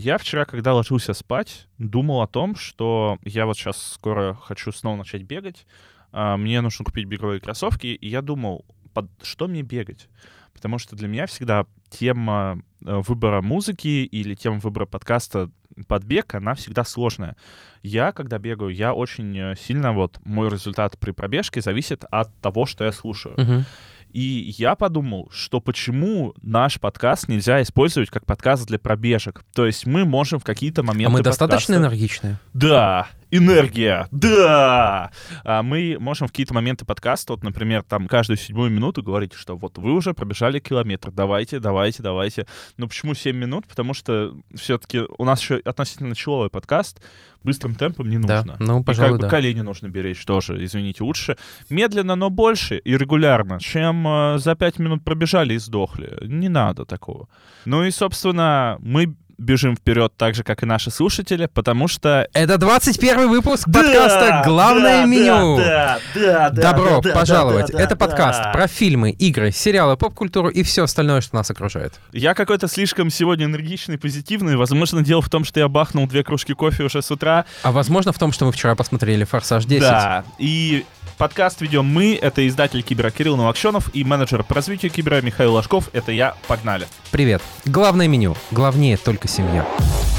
Я вчера, когда ложился спать, думал о том, что я вот сейчас скоро хочу снова начать бегать, мне нужно купить беговые кроссовки, и я думал, под что мне бегать? Потому что для меня всегда тема выбора музыки или тема выбора подкаста под бег, она всегда сложная. Я, когда бегаю, я очень сильно, вот, мой результат при пробежке зависит от того, что я слушаю. И я подумал, что почему наш подкаст нельзя использовать как подкаст для пробежек. То есть мы можем в какие-то моменты мы достаточно энергичные? Да, энергия, да! Мы можем в какие-то моменты подкаста, вот, например, там каждую 7-ю минуту говорить, что вот вы уже пробежали километр, давайте. Но почему 7 минут? Потому что все-таки у нас еще относительно человый подкаст, быстрым темпом не нужно. Да, ну, пожалуй, и колени нужно беречь тоже, извините. Лучше медленно, но больше и регулярно, чем за 5 минут пробежали и сдохли. Не надо такого. Ну и, собственно, мы бежим вперед так же, как и наши слушатели, потому что... Это 21-й выпуск подкаста «Главное меню». Добро пожаловать. Это подкаст про фильмы, игры, сериалы, поп-культуру и все остальное, что нас окружает. Я какой-то слишком сегодня энергичный, позитивный. Возможно, дело в том, что я бахнул 2 кружки кофе уже с утра. А возможно, в том, что мы вчера посмотрели «Форсаж 10». Да, и подкаст ведем мы. Это издатель Кибера Кирилл Новокщенов и менеджер по развитию Кибера Михаил Ложков. Это я. Погнали. Привет. Главное меню. Главнее только семья.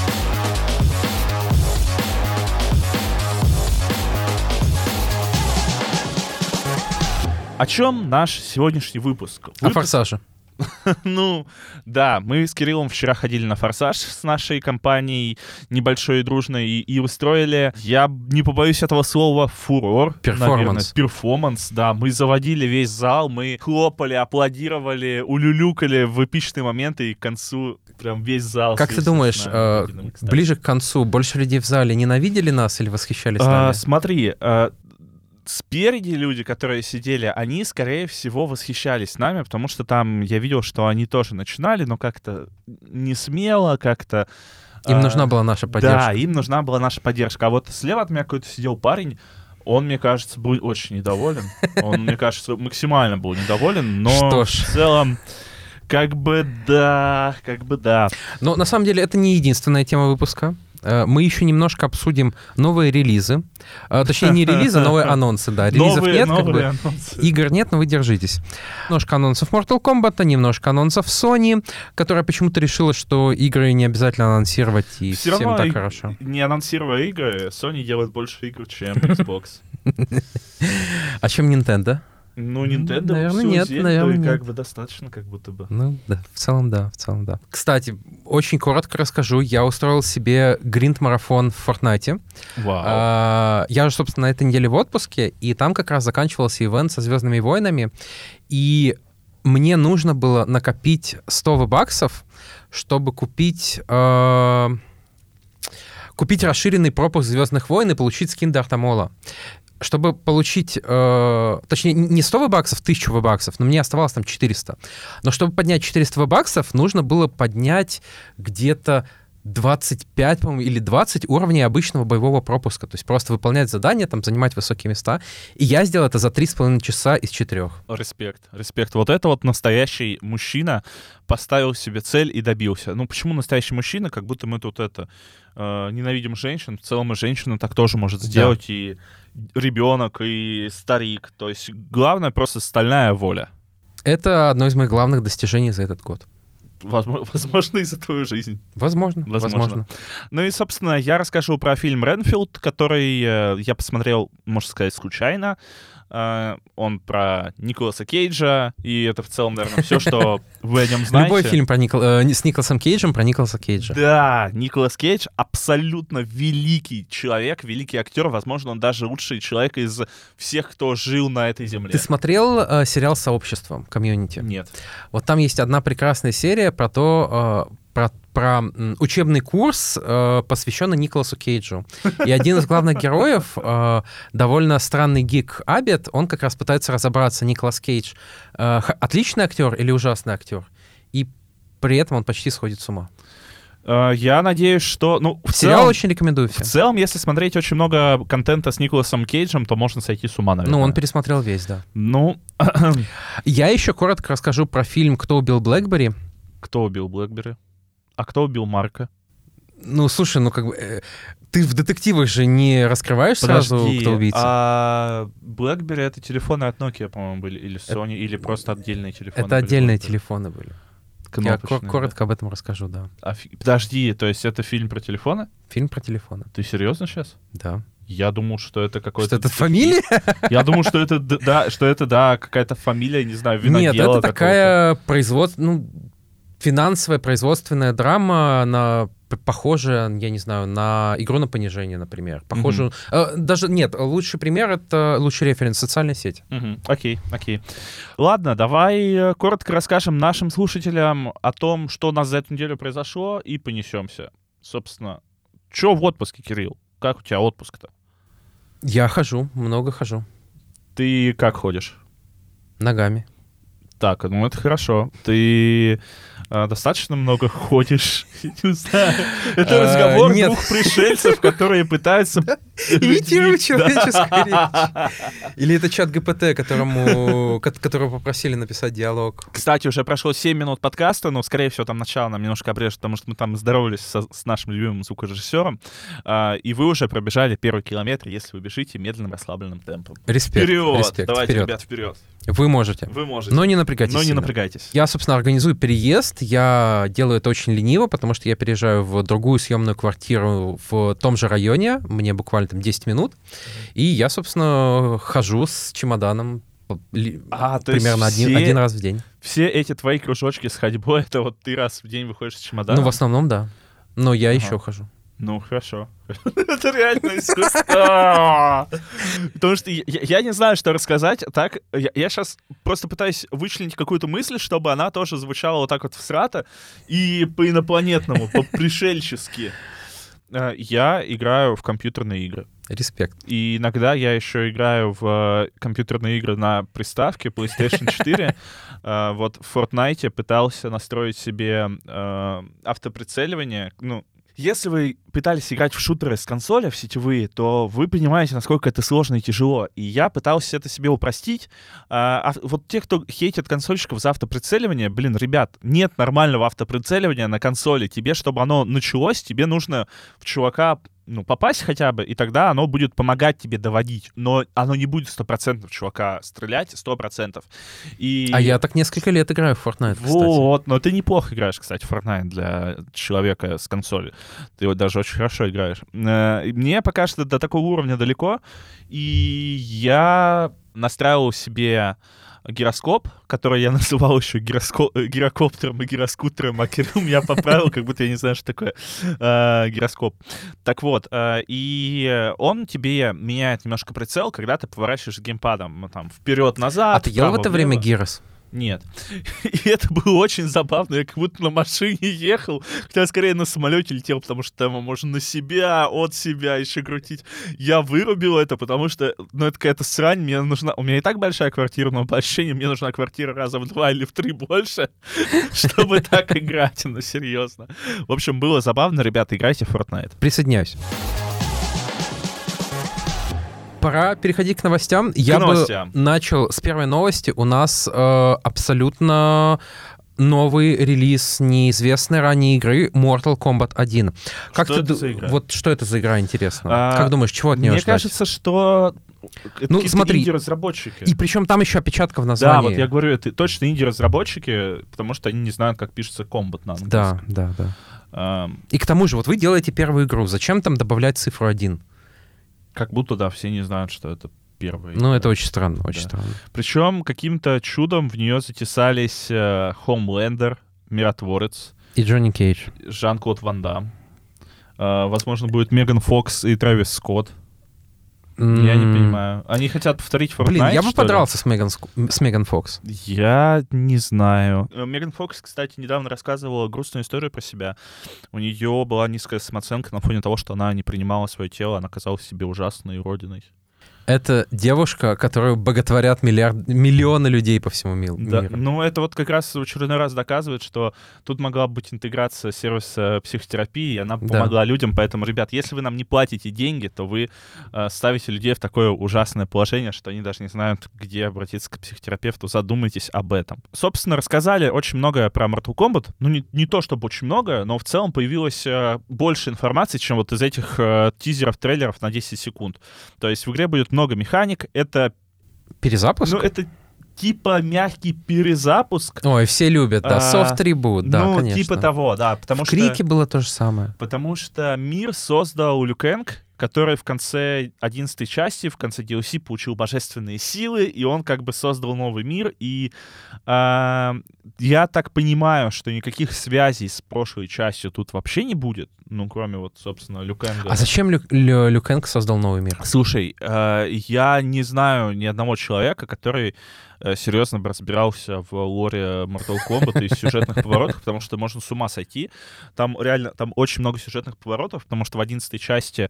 О чем наш сегодняшний выпуск? О «Форсаже». Ну, да, мы с Кириллом вчера ходили на «Форсаж» с нашей компанией небольшой и дружной и устроили, я не побоюсь этого слова, фурор. Перформанс. Перформанс, да. Мы заводили весь зал, мы хлопали, аплодировали, улюлюкали в эпичные моменты, и к концу прям весь зал... Как ты думаешь, ближе к концу больше людей в зале ненавидели нас или восхищались нами? Смотри, спереди люди, которые сидели, они, скорее всего, восхищались нами, потому что там я видел, что они тоже начинали, но как-то не смело, как-то... Им нужна была наша поддержка. Да, им нужна была наша поддержка. А вот слева от меня какой-то сидел парень, он, мне кажется, был очень недоволен. Он, мне кажется, максимально был недоволен, но в целом... Как бы да. Но на самом деле это не единственная тема выпуска. Мы еще немножко обсудим новые релизы. Точнее, не релизы, новые анонсы, да. Релизов нет, анонсы. Игр нет, но вы держитесь. Немножко анонсов Mortal Kombat, немножко анонсов Sony, которая почему-то решила, что игры не обязательно анонсировать, и все всем равно так хорошо. Не анонсируя игры, Sony делает больше игр, чем Xbox. А чем Nintendo? Ну, Nintendo наверное, нет, наверное, как бы достаточно, как будто бы. Ну, да, в целом, да. Кстати, очень коротко расскажу. Я устроил себе гринд-марафон в Fortnite. Вау. Я же, собственно, на этой неделе в отпуске, и там как раз заканчивался ивент со «Звездными войнами», и мне нужно было накопить 100 V-баксов, чтобы купить расширенный пропуск «Звездных войн» и получить скин Дарта Мола. Чтобы получить, точнее, не 100 V-баксов, 1000 V-баксов, но мне оставалось там 400. Но чтобы поднять 400 V-баксов, нужно было поднять где-то 25, по-моему, или 20 уровней обычного боевого пропуска. То есть просто выполнять задания, там, занимать высокие места. И я сделал это за 3,5 часа из 4. Респект. Вот это вот настоящий мужчина поставил себе цель и добился. Ну, почему настоящий мужчина? Как будто мы тут ненавидим женщин. В целом и женщина так тоже может сделать. Да. И ребенок, и старик. То есть главное просто стальная воля. Это одно из моих главных достижений за этот год. Возможно, и за твою жизнь. Возможно. Ну и, собственно, я расскажу про фильм «Ренфилд», который я посмотрел, можно сказать, случайно. Он про Николаса Кейджа, и это в целом, наверное, все, что вы о нем знаете. Любой фильм с Николасом Кейджем про Николаса Кейджа. Да, Николас Кейдж абсолютно великий человек, великий актер. Возможно, он даже лучший человек из всех, кто жил на этой земле. Ты смотрел сериал «Сообщество», «Комьюнити»? Нет. Вот там есть одна прекрасная серия про то, про учебный курс, посвященный Николасу Кейджу. И один из главных героев, довольно странный гик Абет, он как раз пытается разобраться, Николас Кейдж отличный актер или ужасный актер. И при этом он почти сходит с ума. Я надеюсь, что... Сериал очень рекомендую всем. В целом, если смотреть очень много контента с Николасом Кейджем, то можно сойти с ума, наверное. Ну, он пересмотрел весь, да. Ну... Я еще коротко расскажу про фильм «Кто убил Блэкбери». Кто убил Блэкбери? А кто убил Марка? Ну, слушай, ну как бы... Ты в детективах же не раскрываешь сразу, кто убийца? А BlackBerry — это телефоны от Nokia, по-моему, были, или Sony, или просто отдельные телефоны? Это отдельные телефоны были. Я Кнопочные, коротко об этом расскажу, да. Подожди, то есть это фильм про телефоны? Фильм про телефоны. Ты серьезно сейчас? Да. Я думал, что это какой-то... Что это фамилия? Я думал, что это, да, какая-то фамилия, не знаю, винодела. Нет, это такая финансовая производственная драма, она похожа, я не знаю, на «Игру на понижение», например. Похожую... Даже нет, лучший пример — это лучший референс — социальная сеть. Окей. Ладно, давай коротко расскажем нашим слушателям о том, что у нас за эту неделю произошло, и понесемся. Собственно, что в отпуске, Кирилл? Как у тебя отпуск-то? Я хожу, много хожу. Ты как ходишь? Ногами. Так, ну это хорошо. Ты достаточно много ходишь? Не знаю. Это разговор двух пришельцев, которые пытаются... имитировать человеческую речь. Или это чат ГПТ, которого попросили написать диалог. Кстати, уже прошло 7 минут подкаста, но, скорее всего, там начало нам немножко обрежет, потому что мы там здоровались с нашим любимым звукорежиссером, и вы уже пробежали первый километр, если вы бежите медленным, расслабленным темпом. Респект. Вперед! Давайте, вперед. ребят, вперед. Вы можете. Но не напрягайтесь. Но не напрягайтесь. Я, собственно, организую переезд. Я делаю это очень лениво, потому что я переезжаю в другую съемную квартиру в том же районе. Мне буквально там 10 минут. И я, собственно, хожу с чемоданом примерно один раз в день. Все эти твои кружочки с ходьбой, это вот ты раз в день выходишь с чемоданом? Ну, в основном, да. Но я еще хожу. Ну, хорошо. Это реально искусство. Потому что я не знаю, что рассказать. Так, я сейчас просто пытаюсь вычленить какую-то мысль, чтобы она тоже звучала вот так вот всрато и по-инопланетному, по-пришельчески. Я играю в компьютерные игры. Респект. И иногда я еще играю в компьютерные игры на приставке PlayStation 4. Вот в Fortnite пытался настроить себе автоприцеливание. Ну, если вы пытались играть в шутеры с консоли, в сетевые, то вы понимаете, насколько это сложно и тяжело. И я пытался это себе упростить. Вот те, кто хейтит консольщиков за автоприцеливание, ребят, нет нормального автоприцеливания на консоли. Тебе, чтобы оно началось, тебе нужно в чувака попасть хотя бы, и тогда оно будет помогать тебе доводить. Но оно не будет 100% чувака стрелять, 100%. А я так несколько лет играю в Fortnite, кстати. Вот, но ты неплохо играешь, кстати, в Fortnite для человека с консоли. Ты вот даже очень хорошо играешь. Мне пока что до такого уровня далеко, и я настраивал себе гироскоп, который я называл еще гирокоптером и гироскутером, а Кирилл меня поправил, как будто я не знаю, что такое гироскоп. Так вот, и он тебе меняет немножко прицел, когда ты поворачиваешь геймпадом там вперед-назад. А ты ел в это время гирос? Нет. И это было очень забавно. Я как будто на машине ехал, хотя скорее на самолете летел, потому что там можно на себя, от себя еще крутить. Я вырубил это, потому что, это какая-то срань. Мне нужна... У меня и так большая квартира, но по ощущениям мне нужна квартира раза в 2 или в 3 больше, чтобы так играть. Ну, серьезно. В общем, было забавно. Ребята, играйте в Fortnite. Присоединяюсь. Пора переходить к новостям. Я бы начал с первой новости. У нас абсолютно новый релиз неизвестной ранее игры Mortal Kombat 1. Что это за игра? Вот что это за игра, интересно? Как думаешь, чего от нее ждать? Мне кажется, что это смотри, инди-разработчики. И причем там еще опечатка в названии. Да, вот я говорю, это точно инди-разработчики, потому что они не знают, как пишется комбат на английском. Да. И к тому же, вот вы делаете первую игру. Зачем там добавлять цифру 1? Как будто, да, все не знают, что это первая игра. Ну, это очень странно, очень странно. Причем каким-то чудом в нее затесались Homelander, Миротворец. И Джонни Кейдж. Жан-Клод Ван Дамм. Возможно, будет Меган Фокс и Трэвис Скотт. Я не понимаю. Они хотят повторить Fortnite, я бы подрался с Меган Фокс. Я не знаю. Меган Фокс, кстати, недавно рассказывала грустную историю про себя. У нее была низкая самооценка на фоне того, что она не принимала свое тело, она казалась себе ужасной уродиной. Это девушка, которую боготворят миллионы людей по всему миру. Да, ну это вот как раз в очередной раз доказывает, что тут могла быть интеграция сервиса психотерапии, и она помогла людям. Поэтому, ребят, если вы нам не платите деньги, то вы ставите людей в такое ужасное положение, что они даже не знают, где обратиться к психотерапевту. Задумайтесь об этом. Собственно, рассказали очень многое про Mortal Kombat. Ну, не то чтобы очень многое, но в целом появилось больше информации, чем вот из этих тизеров, трейлеров на 10 секунд. То есть в игре будет много механик. Это... Перезапуск? Ну, это типа мягкий перезапуск. Ой, все любят, да. Soft reboot, да, ну, конечно. Типа того, да. Потому в Крике было то же самое. Потому что мир создал Лю Кэнг, который в конце 11-й части, в конце DLC получил божественные силы, и он как бы создал новый мир, и я так понимаю, что никаких связей с прошлой частью тут вообще не будет, ну, кроме вот, собственно, Лю Кэнга. А зачем Лю Кэнг создал новый мир? Слушай, я не знаю ни одного человека, который серьезно бы разбирался в лоре Mortal Kombat и сюжетных поворотах, потому что можно с ума сойти. Там реально, там очень много сюжетных поворотов, потому что в 11-й части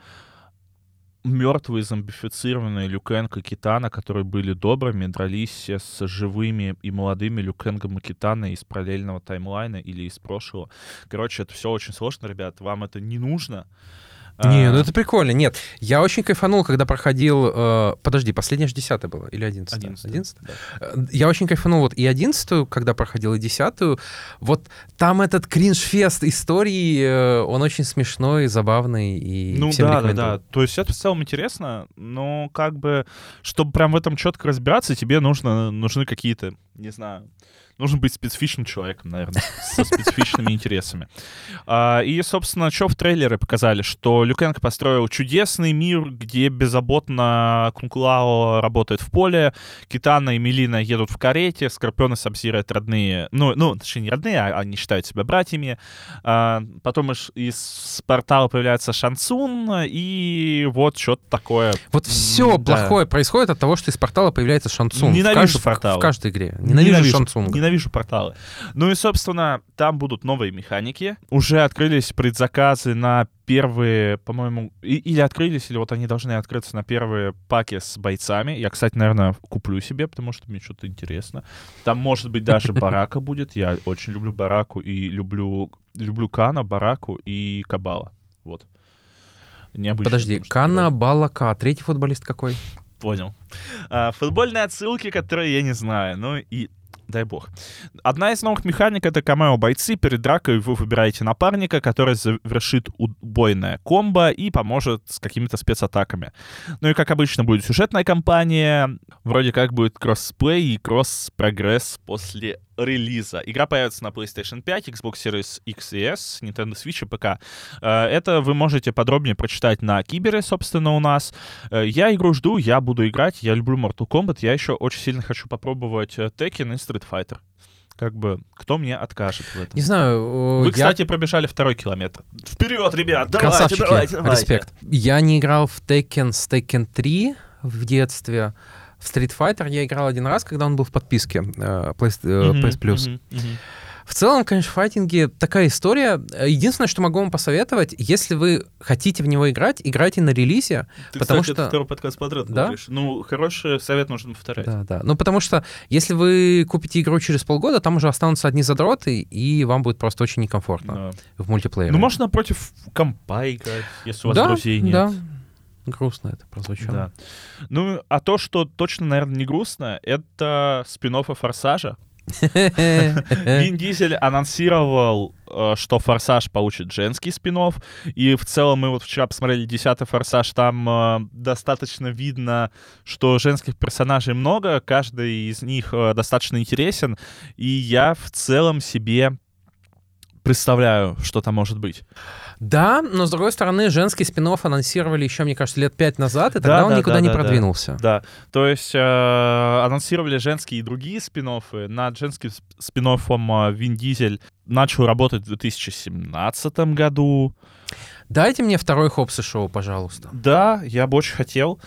мертвые зомбифицированные Лю Кэнг и Китана, которые были добрыми, дрались с живыми и молодыми Лю Кэнгом и Китаной из параллельного таймлайна или из прошлого. Короче, это все очень сложно, ребят, вам это не нужно. Не, ну это прикольно. Нет, я очень кайфанул, когда проходил... подожди, последняя же 10-я была? Или 11-я? 11-я? Да. Я очень кайфанул вот и 11-ю, когда проходил, и 10-ю. Вот там этот кринж-фест истории, он очень смешной, забавный, и ну, всем рекомендую. Да. То есть это в целом интересно, но как бы, чтобы прям в этом четко разбираться, тебе нужны какие-то, не знаю... Нужно быть специфичным человеком, наверное, со специфичными интересами. И, собственно, что в трейлере показали? Что Лю Кэнг построил чудесный мир, где беззаботно Кунг Лао работает в поле, Китана и Милина едут в карете, Скорпион и Саб-Зиро — это родные... Ну, точнее, не родные, а они считают себя братьями. Потом из портала появляется Шан Цун, и вот что-то такое. Вот все плохое происходит от того, что из портала появляется Шан Цун. Ненавижу порталы. В каждой игре. Ненавижу Шан Цунга. Ненавижу порталы. Ну и, собственно, там будут новые механики. Уже открылись предзаказы на первые, по-моему, или открылись, или вот они должны открыться на первые паки с бойцами. Я, кстати, наверное, куплю себе, потому что мне что-то интересно. Там, может быть, даже Барака будет. Я очень люблю Бараку и люблю Кана, Бараку и Кабала. Вот. Необычно. Подожди, Кана, Балака, третий футболист какой? Понял. Футбольные отсылки, которые я не знаю. Ну и дай бог. Одна из новых механик — это камео-бойцы. Перед дракой вы выбираете напарника, который завершит убойное комбо и поможет с какими-то спецатаками. Ну и, как обычно, будет сюжетная кампания. Вроде как будет кроссплей и кросс-прогресс после релиза. Игра появится на PlayStation 5, Xbox Series X и S, Nintendo Switch и ПК. Это вы можете подробнее прочитать на Кибере, собственно, у нас. Я игру жду, я буду играть, я люблю Mortal Kombat, я еще очень сильно хочу попробовать Tekken и Street Fighter. Как бы, кто мне откажет в этом? Не знаю. Вы, кстати, пробежали 2-й километр. Вперед, ребят, давайте. Респект. Я не играл в Tekken с Tekken 3 в детстве. В Street Fighter я играл один раз, когда он был в подписке PS Plus. В целом, конечно, в файтинге такая история. Единственное, что могу вам посоветовать, если вы хотите в него играть, играйте на релизе. Ты, потому кстати, что... это второй подкаст подряд говоришь. Ну, хороший совет нужно повторять. Да. Ну, потому что если вы купите игру через полгода, там уже останутся одни задроты, и вам будет просто очень некомфортно в мультиплеере. Ну, можно против компа играть, если у вас друзей нет. Да. Грустно это прозвучало. Да. Ну, а то, что точно, наверное, не грустно, это спин-оффы «Форсажа». Вин Дизель анонсировал, что «Форсаж» получит женский спин-офф, и в целом мы вот вчера посмотрели 10-й «Форсаж», там достаточно видно, что женских персонажей много, каждый из них достаточно интересен, и я в целом себе представляю, что там может быть. Да, но с другой стороны, женский спин-офф анонсировали еще, мне кажется, лет 5 назад, и тогда он никуда не продвинулся. Да, то есть анонсировали женские и другие спин-оффы. Над женским спин-оффом Вин Дизель начал работать в 2017 году. Дайте мне второй Хоббс и Шоу, пожалуйста. Да, я бы очень хотел.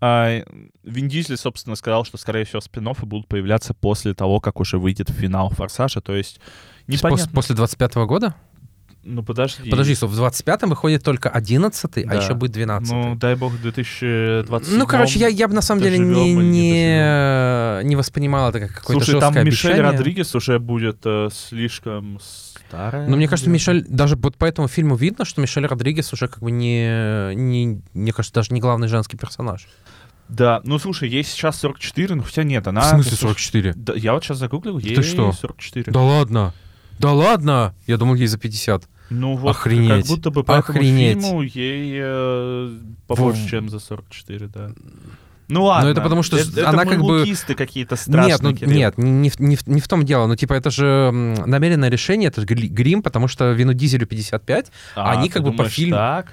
Вин Дизель, собственно, сказал, что, скорее всего, спин-оффы будут появляться после того, как уже выйдет финал «Форсажа», то есть непонятно. После 25-го года? Ну, подожди. Подожди, в 25-м выходит только 11-й, Да. а еще будет 12-й. Ну, дай бог, в 2027 Ну, короче, я бы на самом деле не воспринимал это как какое-то Слушай, жесткое там Мишель обещание. Родригес уже будет слишком старая. Но мне кажется, наверное. Мишель, даже вот по этому фильму видно, что Мишель Родригес уже как бы мне кажется, даже не главный женский персонаж. Да, ну слушай, ей сейчас 44, ну хотя нет, она... В смысле 44? Да, я вот сейчас загуглил, ей Ты что? 44. Да ладно? Да ладно? Я думал, ей за 50. Ну вот, Охренеть. как будто бы по этому Охренеть. фильму ей побольше, чем за 44, да. Ну ладно. Ну, это потому, что это она мы как бы... лукисты какие-то страшные, Нет, ну, Кирилл. нет, не в том дело. Ну, типа, это же намеренное решение, это же грим, потому что Вину Дизелю 55, а они ты как бы по думаешь фильму... так?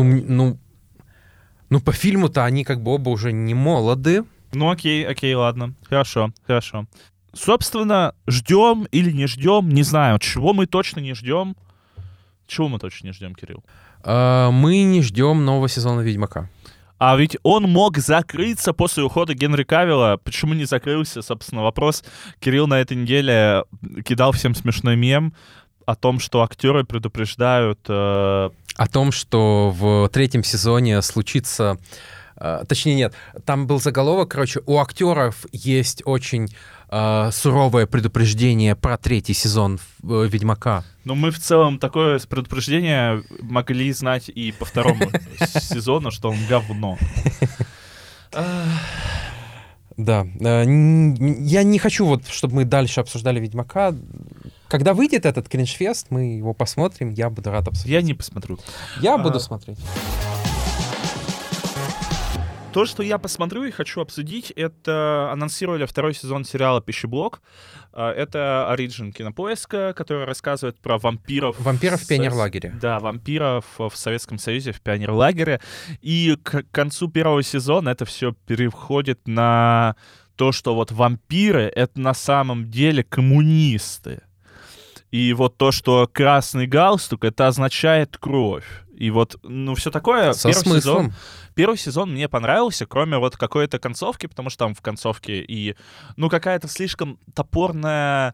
Ну, по фильму-то они как бы оба уже не молоды. Ну окей, ладно. Хорошо. Собственно, ждем или не ждем, не знаю. Чего мы точно не ждем? Чего мы точно не ждем, Кирилл? Мы не ждем нового сезона «Ведьмака». А ведь он мог закрыться после ухода Генри Кавилла. Почему не закрылся, собственно, вопрос. Кирилл на этой неделе кидал всем смешной мем о том, что актеры предупреждают... О том, что в 3-м сезоне случится... Точнее, нет, там был заголовок, короче, у актеров есть очень суровое предупреждение про 3-й сезон «Ведьмака». Ну, мы в целом такое предупреждение могли знать и по 2-му сезону, что он говно. Да. Я не хочу, вот, чтобы мы дальше обсуждали «Ведьмака». Когда выйдет этот кринж-фест, мы его посмотрим, я буду рад обсудить. Я не посмотрю. Я буду смотреть. То, что я посмотрю и хочу обсудить, это анонсировали 2-й сезон сериала «Пищеблок». Это оригин Кинопоиска, который рассказывает про вампиров. Вампиров в пионерлагере. Да, вампиров в Советском Союзе в пионерлагере. И к концу 1-го сезона это все переходит на то, что вот вампиры — это на самом деле коммунисты. И вот то, что красный галстук, это означает кровь. И вот, ну, все такое. Со смыслом. Первый сезон мне понравился, кроме вот какой-то концовки, потому что там в концовке и, ну, какая-то слишком топорная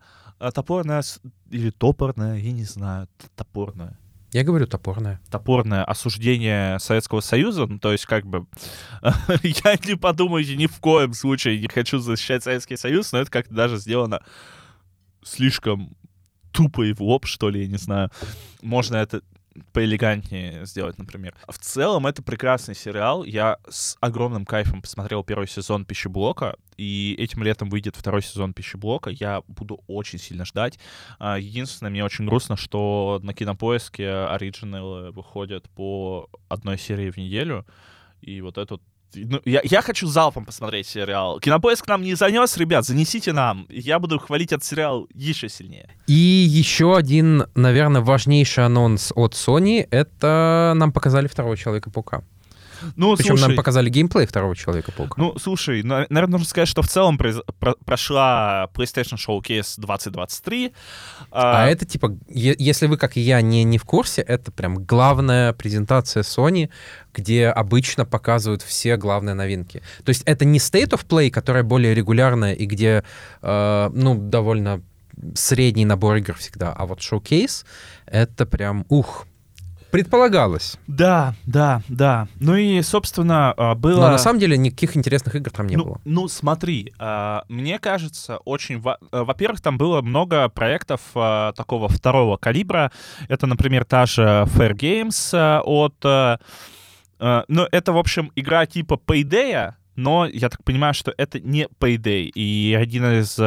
или топорная, я не знаю, топорная. Я говорю топорная. Топорное осуждение Советского Союза, ну, то есть как бы я не подумайте, ни в коем случае не хочу защищать Советский Союз, но это как-то даже сделано слишком тупо и в лоб, что ли, я не знаю. Можно это поэлегантнее сделать, например. В целом, это прекрасный сериал. Я с огромным кайфом посмотрел 1-й сезон «Пищеблока», и этим летом выйдет 2-й сезон «Пищеблока». Я буду очень сильно ждать. Единственное, мне очень грустно, что на Кинопоиске оригиналы выходят по 1 серии в неделю, и вот этот... Ну, я хочу залпом посмотреть сериал. Кинопоиск нам не занес, ребят, занесите нам. Я буду хвалить этот сериал еще сильнее. И еще один, наверное, важнейший анонс от Sony — это нам показали 2-го Человека-паука. Ну, Причем слушай, нам показали геймплей 2-го Человека-паука. Ну, слушай, наверное, нужно сказать, что в целом прошла PlayStation Showcase 2023. А это, типа, если вы, как и я, не в курсе, это прям главная презентация Sony, где обычно показывают все главные новинки. То есть это не State of Play, которая более регулярная и где, ну, довольно средний набор игр всегда, а вот Showcase — это прям, предполагалось. Да. Ну и, собственно, было... Но на самом деле никаких интересных игр там не было. Ну, смотри, мне кажется, очень... Во-первых, там было много проектов такого 2-го калибра. Это, например, та же Fair Games от... Ну, это, в общем, игра типа Payday, но я так понимаю, что это не Payday. И один из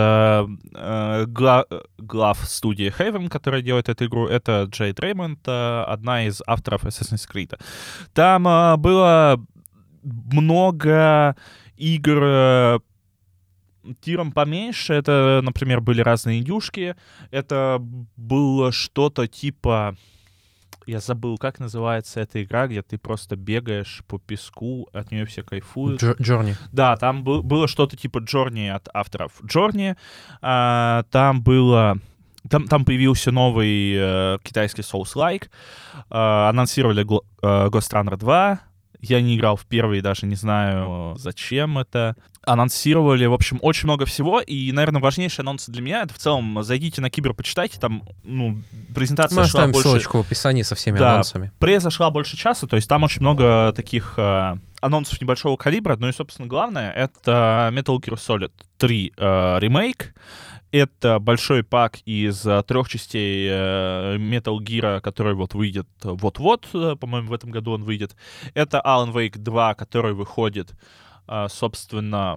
глав студии Haven, которая делает эту игру, это Джейд Реймонд, одна из авторов Assassin's Creed. Там было много игр тиром поменьше. Это, например, были разные индюшки. Это было что-то типа... Я забыл, как называется эта игра, где ты просто бегаешь по песку, от нее все кайфуют. Journey. Да, там было что-то типа Journey от авторов Journey. Там было... Там появился новый китайский Souls-like. Анонсировали Ghost Runner 2. Я не играл в первый, даже не знаю, зачем это. Анонсировали, в общем, очень много всего. И, наверное, важнейший анонс для меня — это в целом зайдите на Кибер, почитайте. Там, презентация Мы шла оставим больше... ссылочку в описании со всеми Да, анонсами. пресса шла больше часа, то есть там очень много таких анонсов небольшого калибра. Ну и, собственно, главное — это Metal Gear Solid 3 ремейк. Это большой пак из 3 частей Metal Gear, который вот выйдет вот-вот, по-моему, в этом году он выйдет. Это Alan Wake 2, который выходит, собственно,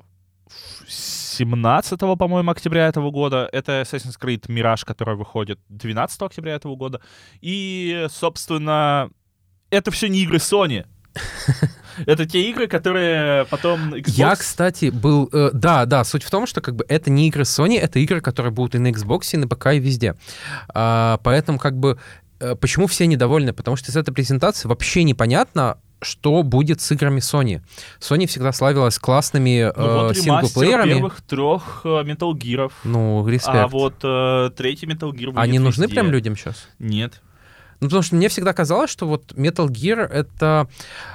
17, по-моему, октября этого года. Это Assassin's Creed Mirage, который выходит 12 октября этого года. И, собственно, это все не игры Sony. Это те игры, которые потом Xbox... Я, кстати, был... Да, суть в том, что как бы это не игры Sony, это игры, которые будут и на Xbox, и на ПК, и везде. Поэтому как бы... Почему все недовольны? Потому что из этой презентации вообще непонятно, что будет с играми Sony. Sony всегда славилась классными синглплеерами. Первых 3 Metal Gear'ов. Ну, респект. А вот 3-й Metal Gear выйдет Они нужны везде. прям людям сейчас? Нет. Ну, потому что мне всегда казалось, что вот Metal Gear — это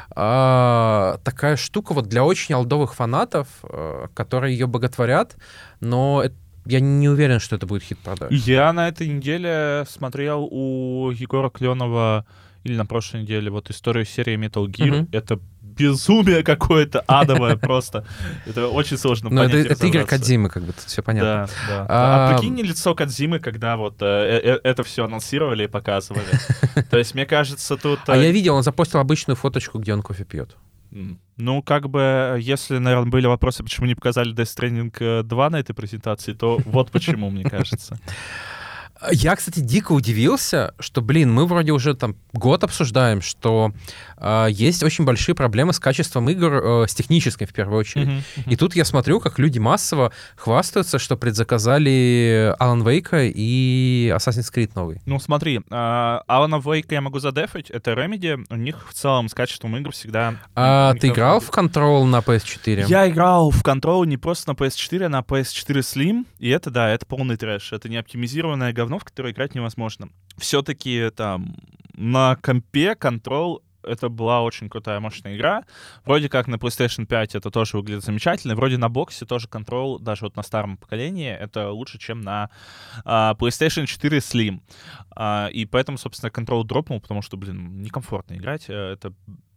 такая штука вот для очень олдовых фанатов, которые ее боготворят, но я не уверен, что это будет хит продаж. Я на этой неделе смотрел у Егора Кленова, или на прошлой неделе, вот историю серии Metal Gear. Это безумие какое-то адовое просто. Это очень сложно понять. Но это игры Кодзимы, как бы, тут все понятно. Да. А прикинь лицо Кодзимы, когда вот это все анонсировали и показывали. То есть, мне кажется, тут... А я видел, он запостил обычную фоточку, где он кофе пьет. Ну, как бы, если, наверное, были вопросы, почему не показали Death Stranding 2 на этой презентации, то вот почему, мне кажется. Я, кстати, дико удивился, что, мы вроде уже там год обсуждаем, что есть очень большие проблемы с качеством игр, с технической, в первую очередь. И тут я смотрю, как люди массово хвастаются, что предзаказали Alan Wake и Assassin's Creed новый. Ну, смотри, Alan Wake я могу задефать, это Remedy, у них в целом с качеством игр всегда... Ты играл в Control на PS4? Я играл в Control не просто на PS4, а на PS4 Slim, и это, да, это полный трэш, это не оптимизированное говно, в которое играть невозможно. Все-таки там на компе Control это была очень крутая, мощная игра. Вроде как на PlayStation 5 это тоже выглядит замечательно. Вроде на боксе тоже Control, даже вот на старом поколении, это лучше, чем на PlayStation 4 Slim. И поэтому, собственно, Control дропнул, потому что, некомфортно играть. Это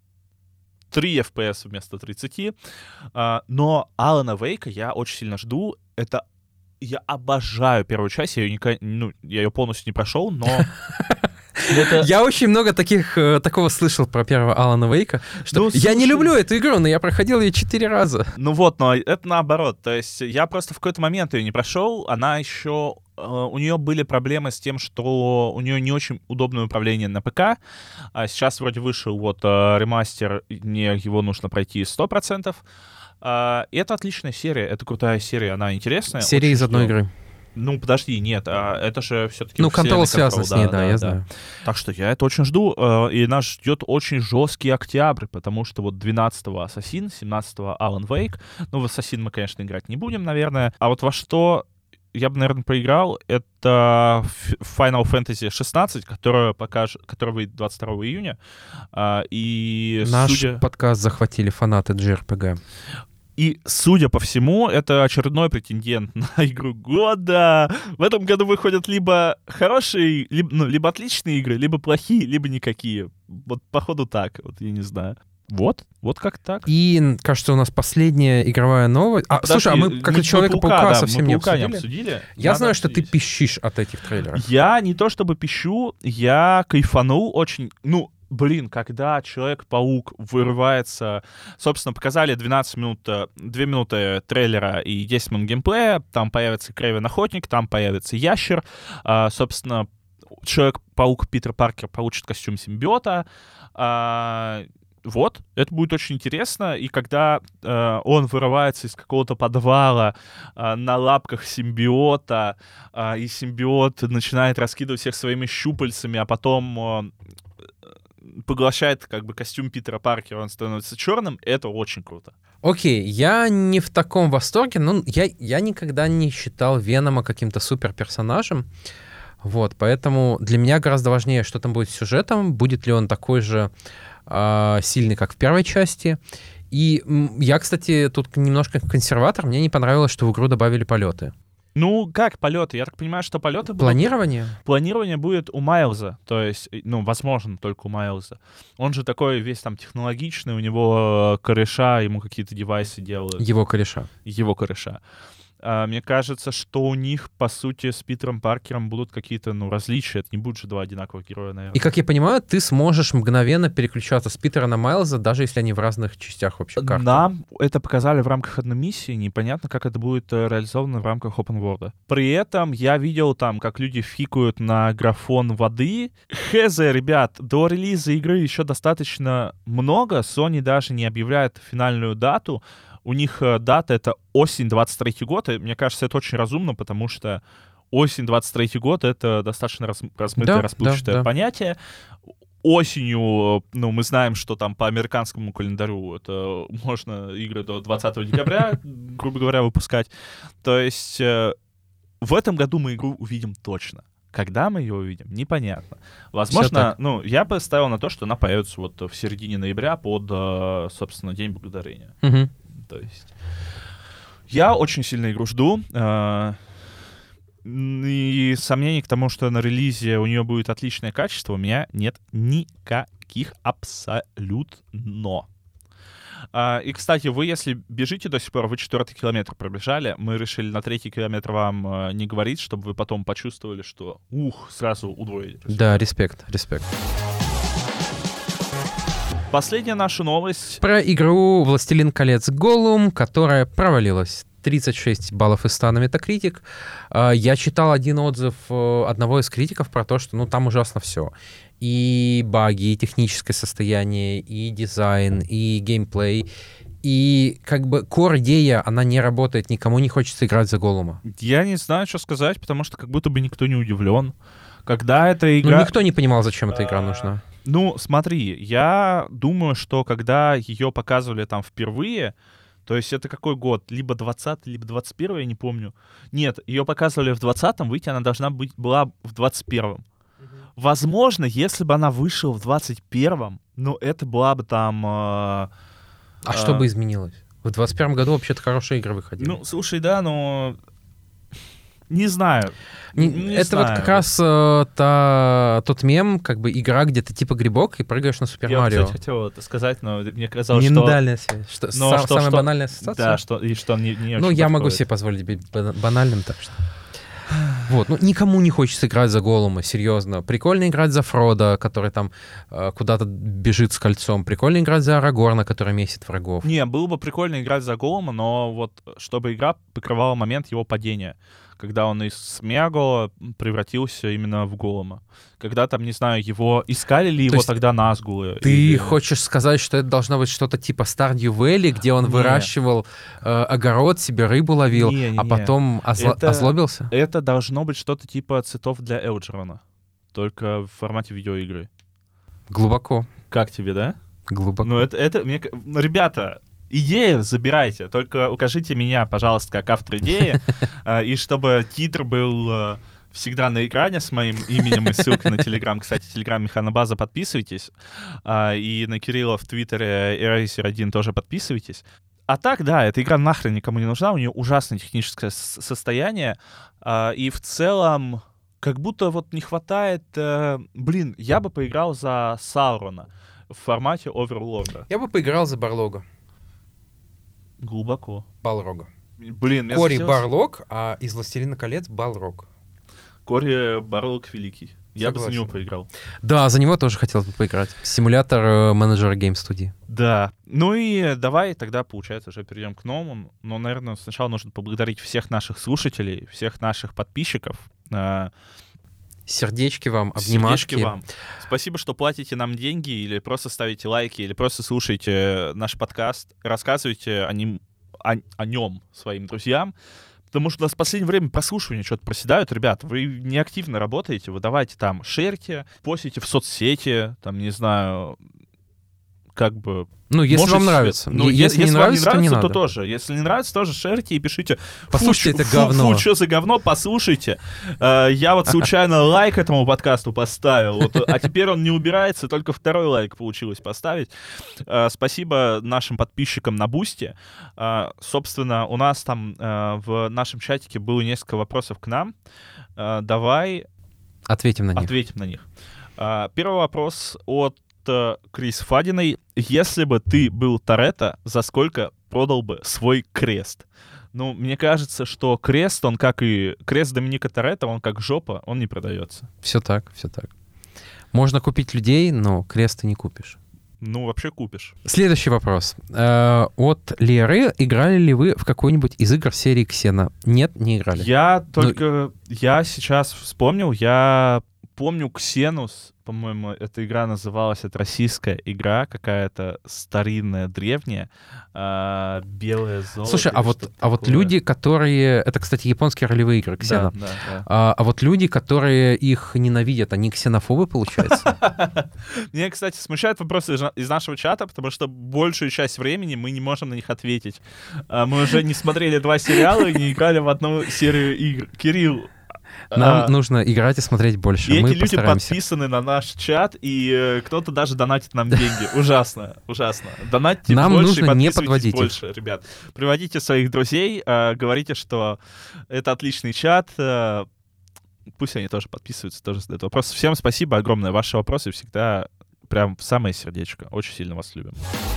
3 FPS вместо 30. Но Alan Wake я очень сильно жду. Я обожаю первую часть, я ее полностью не прошел, но... Я очень много такого слышал про первого Алана Вейка, что я не люблю эту игру, но я проходил ее 4 раза. Ну вот, но это наоборот. То есть я просто в какой-то момент ее не прошел, она еще... У нее были проблемы с тем, что у нее не очень удобное управление на ПК. А сейчас вроде вышел вот ремастер, мне его нужно пройти 100%. И это отличная серия, это крутая серия, она интересная. Серия из одной игры. Ну, подожди, нет, это же все-таки... Ну, Control связан с ней, да, я знаю. Так что я это очень жду, и нас ждет очень жесткий октябрь, потому что вот 12-го Assassin, 17-го Alan Wake, в Assassin мы, конечно, играть не будем, наверное, а вот во что я бы, наверное, проиграл, это Final Fantasy 16, который выйдет 22 июня, и Наш подкаст захватили фанаты JRPG. И, судя по всему, это очередной претендент на игру года. В этом году выходят либо хорошие, либо отличные игры, либо плохие, либо никакие. Вот, походу, так. Вот, я не знаю. Вот как так. И, кажется, у нас последняя игровая новость. Слушай, а мы как Человека-паука совсем не обсудили? Я знаю, что ты пищишь от этих трейлеров. Я не то чтобы пищу, я кайфанул очень... когда Человек-паук вырывается... Собственно, показали 2 минуты трейлера и 10 минут геймплея. Там появится Крэвен-охотник, там появится ящер. Собственно, Человек-паук Питер Паркер получит костюм симбиота. Вот, это будет очень интересно. И когда он вырывается из какого-то подвала на лапках симбиота, и симбиот начинает раскидывать всех своими щупальцами, а потом... поглощает как бы костюм Питера Паркера, он становится черным, это очень круто. Окей, я не в таком восторге, но я никогда не считал Венома каким-то суперперсонажем, вот, поэтому для меня гораздо важнее, что там будет с сюжетом, будет ли он такой же сильный, как в первой части. И я, кстати, тут немножко консерватор. Мне не понравилось, что в игру добавили полеты. Ну, как полеты? Я так понимаю, что полеты будут... Планирование? Планирование будет у Майлза, то есть, ну, возможно, только у Майлза. Он же такой весь там технологичный, у него кореша, ему какие-то девайсы делают. Его кореша. Его кореша. Мне кажется, что у них, по сути, с Питером Паркером будут какие-то, ну, различия. Это не будут же два одинаковых героя, наверное. И, как я понимаю, ты сможешь мгновенно переключаться с Питера на Майлза, даже если они в разных частях вообще карты. Нам это показали в рамках одной миссии. Непонятно, как это будет реализовано в рамках Open World. При этом я видел там, как люди фикают на графон воды. Хз, ребят, до релиза игры еще достаточно много. Sony даже не объявляет финальную дату. У них дата — это осень 23 год, и мне кажется, это очень разумно, потому что осень 23 год — это достаточно размытое, расплывчатое понятие. Осенью, ну, мы знаем, что там по американскому календарю это можно игры до 20 декабря, грубо говоря, выпускать. То есть в этом году мы игру увидим точно. Когда мы ее увидим, непонятно. Возможно, ну, я бы ставил на то, что она появится вот в середине ноября под, собственно, День Благодарения. То есть я очень сильно игру жду. И сомнений к тому, что на релизе у нее будет отличное качество, у меня нет никаких абсолютно. И, кстати, вы, если бежите до сих пор, вы 4-й километр пробежали, мы решили на 3-й километр вам не говорить, чтобы вы потом почувствовали, что сразу удвоили. Да, респект. Последняя наша новость. Про игру «Властелин колец. Голлум», которая провалилась. 36 баллов из 100 на Metacritic. Я читал один отзыв одного из критиков про то, что ну там ужасно все. И баги, и техническое состояние, и дизайн, и геймплей. И как бы core-идея, она не работает, никому не хочется играть за Голлума. Я не знаю, что сказать, потому что как будто бы никто не удивлен. Когда эта игра... Ну, никто не понимал, зачем эта игра нужна. Ну, смотри, я думаю, что когда ее показывали там впервые, то есть это какой год? Либо 20-й, либо 21-й, я не помню. Нет, ее показывали в 20-м, выйти она должна была в 21-м. Возможно, если бы она вышла в 21-м, ну, это была бы там... что бы изменилось? В 21-м году вообще-то хорошие игры выходили. Ну, слушай, да, но... Не знаю. Это знаю. Вот как раз тот мем, как бы игра, где ты типа грибок и прыгаешь на Супер Марио. Я, кстати, хотел это сказать, но мне казалось, что... Миндальная связь. Самая банальная ассоциация? Да, и что не Ну, я могу себе позволить быть банальным, так что... Вот, ну никому не хочется играть за Голлума, серьезно. Прикольно играть за Фродо, который там куда-то бежит с кольцом. Прикольно играть за Арагорна, который месит врагов. Не, было бы прикольно играть за Голлума, но вот чтобы игра покрывала момент его падения, когда он из Смеагола превратился именно в Голлума. Когда там, не знаю, его искали ли его тогда Назгулы. Ты хочешь сказать, что это должно быть что-то типа Stardew Valley, где он выращивал огород, себе рыбу ловил, а потом озлобился? Это должно быть что-то типа цветов для Элджерона, только в формате видеоигры. Глубоко. Как тебе, да? Глубоко. Ну, ребята, идею забирайте, только укажите меня, пожалуйста, как автор идеи, и чтобы титр был всегда на экране с моим именем и ссылкой на Телеграм. Кстати, Телеграм Механобаза, подписывайтесь. И на Кирилла в Твиттере Eraser1 тоже подписывайтесь. А так, да, эта игра нахрен никому не нужна, у нее ужасное техническое состояние, и в целом как будто вот не хватает... я бы поиграл за Саурона в формате Оверлорда. Я бы поиграл за Барлога. Глубоко. Балрога. Блин, Кори Барлог, а из «Властелина колец» Балрог. Кори Барлог великий. Я бы за него поиграл. Да, за него тоже хотел бы поиграть. Симулятор менеджера гейм-студии. Да. Ну и давай тогда, получается, уже перейдем к новому. Но, наверное, сначала нужно поблагодарить всех наших слушателей, всех наших подписчиков. Сердечки вам, обнимашки. Сердечки вам. Спасибо, что платите нам деньги, или просто ставите лайки, или просто слушаете наш подкаст, рассказывайте о нем своим друзьям. Потому что у нас в последнее время прослушивания что-то проседают. Ребят, вы неактивно работаете, вы давайте там шерьте, постите в соцсети, там, не знаю, как бы... Ну, если может вам себе. нравится. Ну, если не нравится, то не то надо. тоже. Если не нравится, тоже шерите и пишите. Послушайте это говно. Что за говно, послушайте. Я вот случайно лайк этому подкасту поставил, вот, а теперь он не убирается, только второй лайк получилось поставить. Спасибо нашим подписчикам на Бусти. Собственно, у нас там в нашем чатике было несколько вопросов к нам. Давай Ответим на них. ответим на них. Первый вопрос от Крис Фадиной. Если бы ты был Торетто, за сколько продал бы свой крест? Ну, мне кажется, что крест, он как и... Крест Доминика Торетто, он как жопа, он не продается. Все так, все так. Можно купить людей, но крест ты не купишь. Ну, вообще купишь. Следующий вопрос. От Леры. Играли ли вы в какой-нибудь из игр серии Ксена? Нет, не играли. Я сейчас вспомнил, я помню Ксенус, по-моему, эта игра называлась, это российская игра, какая-то старинная, древняя, белое золото. Слушай, а вот люди, которые... Это, кстати, японские ролевые игры, Ксена. Да. А вот люди, которые их ненавидят, они ксенофобы, получается? Меня, кстати, смущают вопросы из нашего чата, потому что большую часть времени мы не можем на них ответить. Мы уже не смотрели 2 сериала и не играли в одну серию игр. Кирилл, Нам нужно играть и смотреть больше. И Мы эти люди постараемся. подписаны на наш чат, и кто-то даже донатит нам деньги. Ужасно, ужасно. Донатьте Нам больше и нужно не подписывайтесь подводить их. больше, ребят. Приводите своих друзей, говорите, что это отличный чат. Пусть они тоже подписываются, тоже задают вопросы. Всем спасибо огромное. Ваши вопросы всегда прям в самое сердечко. Очень сильно вас любим.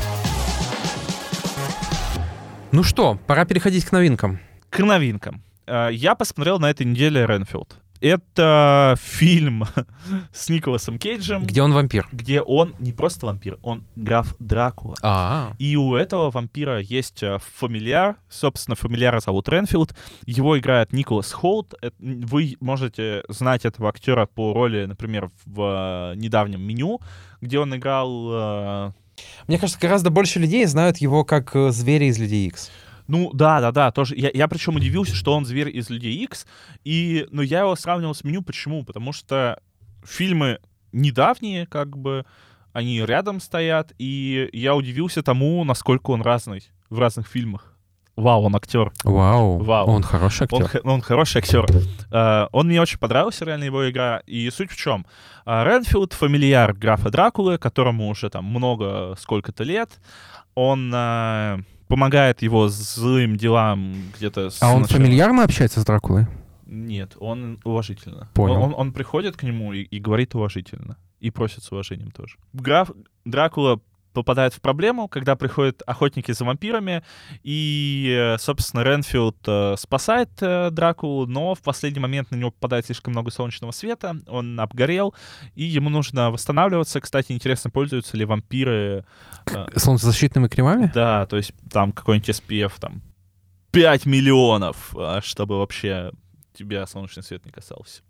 Ну что, пора переходить к новинкам. К новинкам. Я посмотрел на этой неделе «Ренфилд». Это фильм с Николасом Кейджем. Где он вампир? Где он не просто вампир, он граф Дракула. И у этого вампира есть фамильяр. Собственно, фамильяра зовут Ренфилд. Его играет Николас Холт. Вы можете знать этого актера по роли, например, в недавнем «Меню», где он играл... Мне кажется, гораздо больше людей знают его как зверя из «Людей Икс». Ну, да, тоже. Я причем удивился, что он зверь из «Людей Икс», но я его сравнивал с «Меню». Почему? Потому что фильмы недавние, как бы, они рядом стоят, и я удивился тому, насколько он разный в разных фильмах. Вау, он актер. Вау. Он хороший актер. Он хороший актер. Он мне очень понравился, реально, его игра. И суть в чем? Ренфилд — фамильяр графа Дракулы, которому уже там сколько-то лет. Он помогает его злым делам где-то... Он фамильярно общается с Дракулой? Нет, он уважительно. Понял. Он приходит к нему и говорит уважительно. И просит с уважением тоже. Граф Дракула попадает в проблему, когда приходят охотники за вампирами, и, собственно, Ренфилд спасает Дракулу, но в последний момент на него попадает слишком много солнечного света, он обгорел, и ему нужно восстанавливаться. Кстати, интересно, пользуются ли вампиры... солнцезащитными кремами? Да, то есть там какой-нибудь SPF, там, 5 миллионов, чтобы вообще тебя солнечный свет не касался.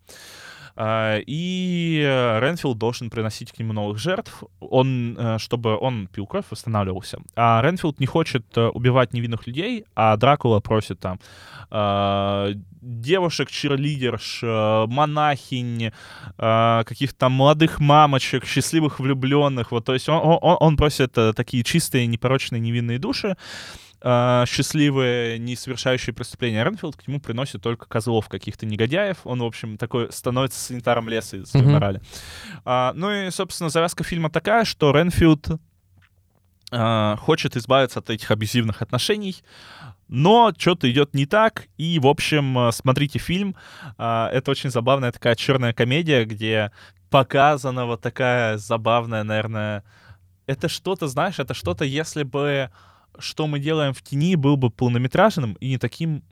И Ренфилд должен приносить к нему новых жертв, чтобы он пил кровь, восстанавливался. А Ренфилд не хочет убивать невинных людей, а Дракула просит там девушек, чирлидерш, монахинь, каких-то там молодых мамочек, счастливых влюбленных. Вот, то есть он просит такие чистые, непорочные, невинные души, счастливые, не совершающие преступления. Ренфилд к нему приносит только козлов, каких-то негодяев. Он, в общем, такой становится санитаром леса из морали. Ну и, собственно, завязка фильма такая, что Ренфилд хочет избавиться от этих абьюзивных отношений, но что-то идет не так, и, в общем, смотрите фильм. Это очень забавная такая черная комедия, где показана вот такая забавная, наверное... Это что-то, знаешь, это что-то, если бы «Что мы делаем в тени» был бы полнометражным и не таким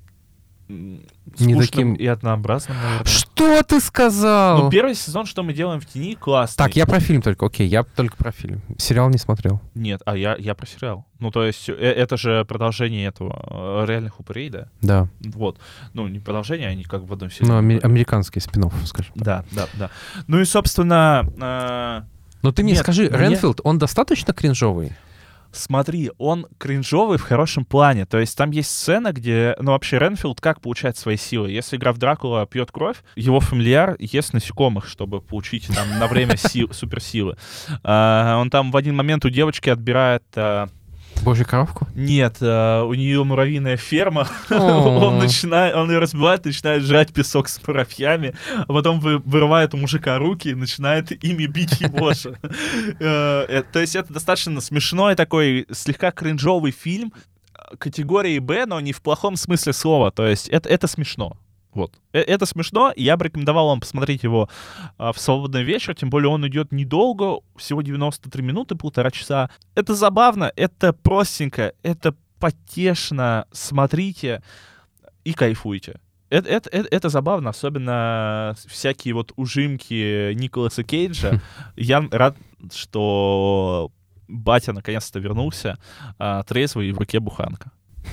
скучным и однообразным, наверное. Что ты сказал? Ну, первый сезон «Что мы делаем в тени» классный. Так, я про фильм только, окей, я только про фильм. Сериал не смотрел. Нет, я про сериал. Ну, то есть это же продолжение этого «Реальных упырей», да? Да. Вот. Ну, не продолжение, они как в одном сериале. Ну, американский спин-офф, скажем. Да. Ну и, собственно... Ну, ты мне скажи, Ренфилд, он достаточно кринжовый? Смотри, он кринжовый в хорошем плане. То есть там есть сцена, где, ну, вообще Ренфилд как получает свои силы? Если граф Дракула пьет кровь, его фамильяр ест насекомых, чтобы получить там на время суперсилы. Он там в один момент у девочки отбирает... Божью коровку? Нет, у нее муравьиная ферма. Он ее разбивает, начинает жрать песок с муравьями, а потом вырывает у мужика руки и начинает ими бить его же. То есть это достаточно смешной такой, слегка кринжовый фильм категории Б, но не в плохом смысле слова. То есть это смешно. Вот. Это смешно, и я бы рекомендовал вам посмотреть его в свободный вечер, тем более он идет недолго, всего 93 минуты, 1,5 часа. Это забавно, это простенько, это потешно, смотрите и кайфуйте. Это забавно, особенно всякие вот ужимки Николаса Кейджа. Я рад, что батя наконец-то вернулся, трезвый и в руке буханка.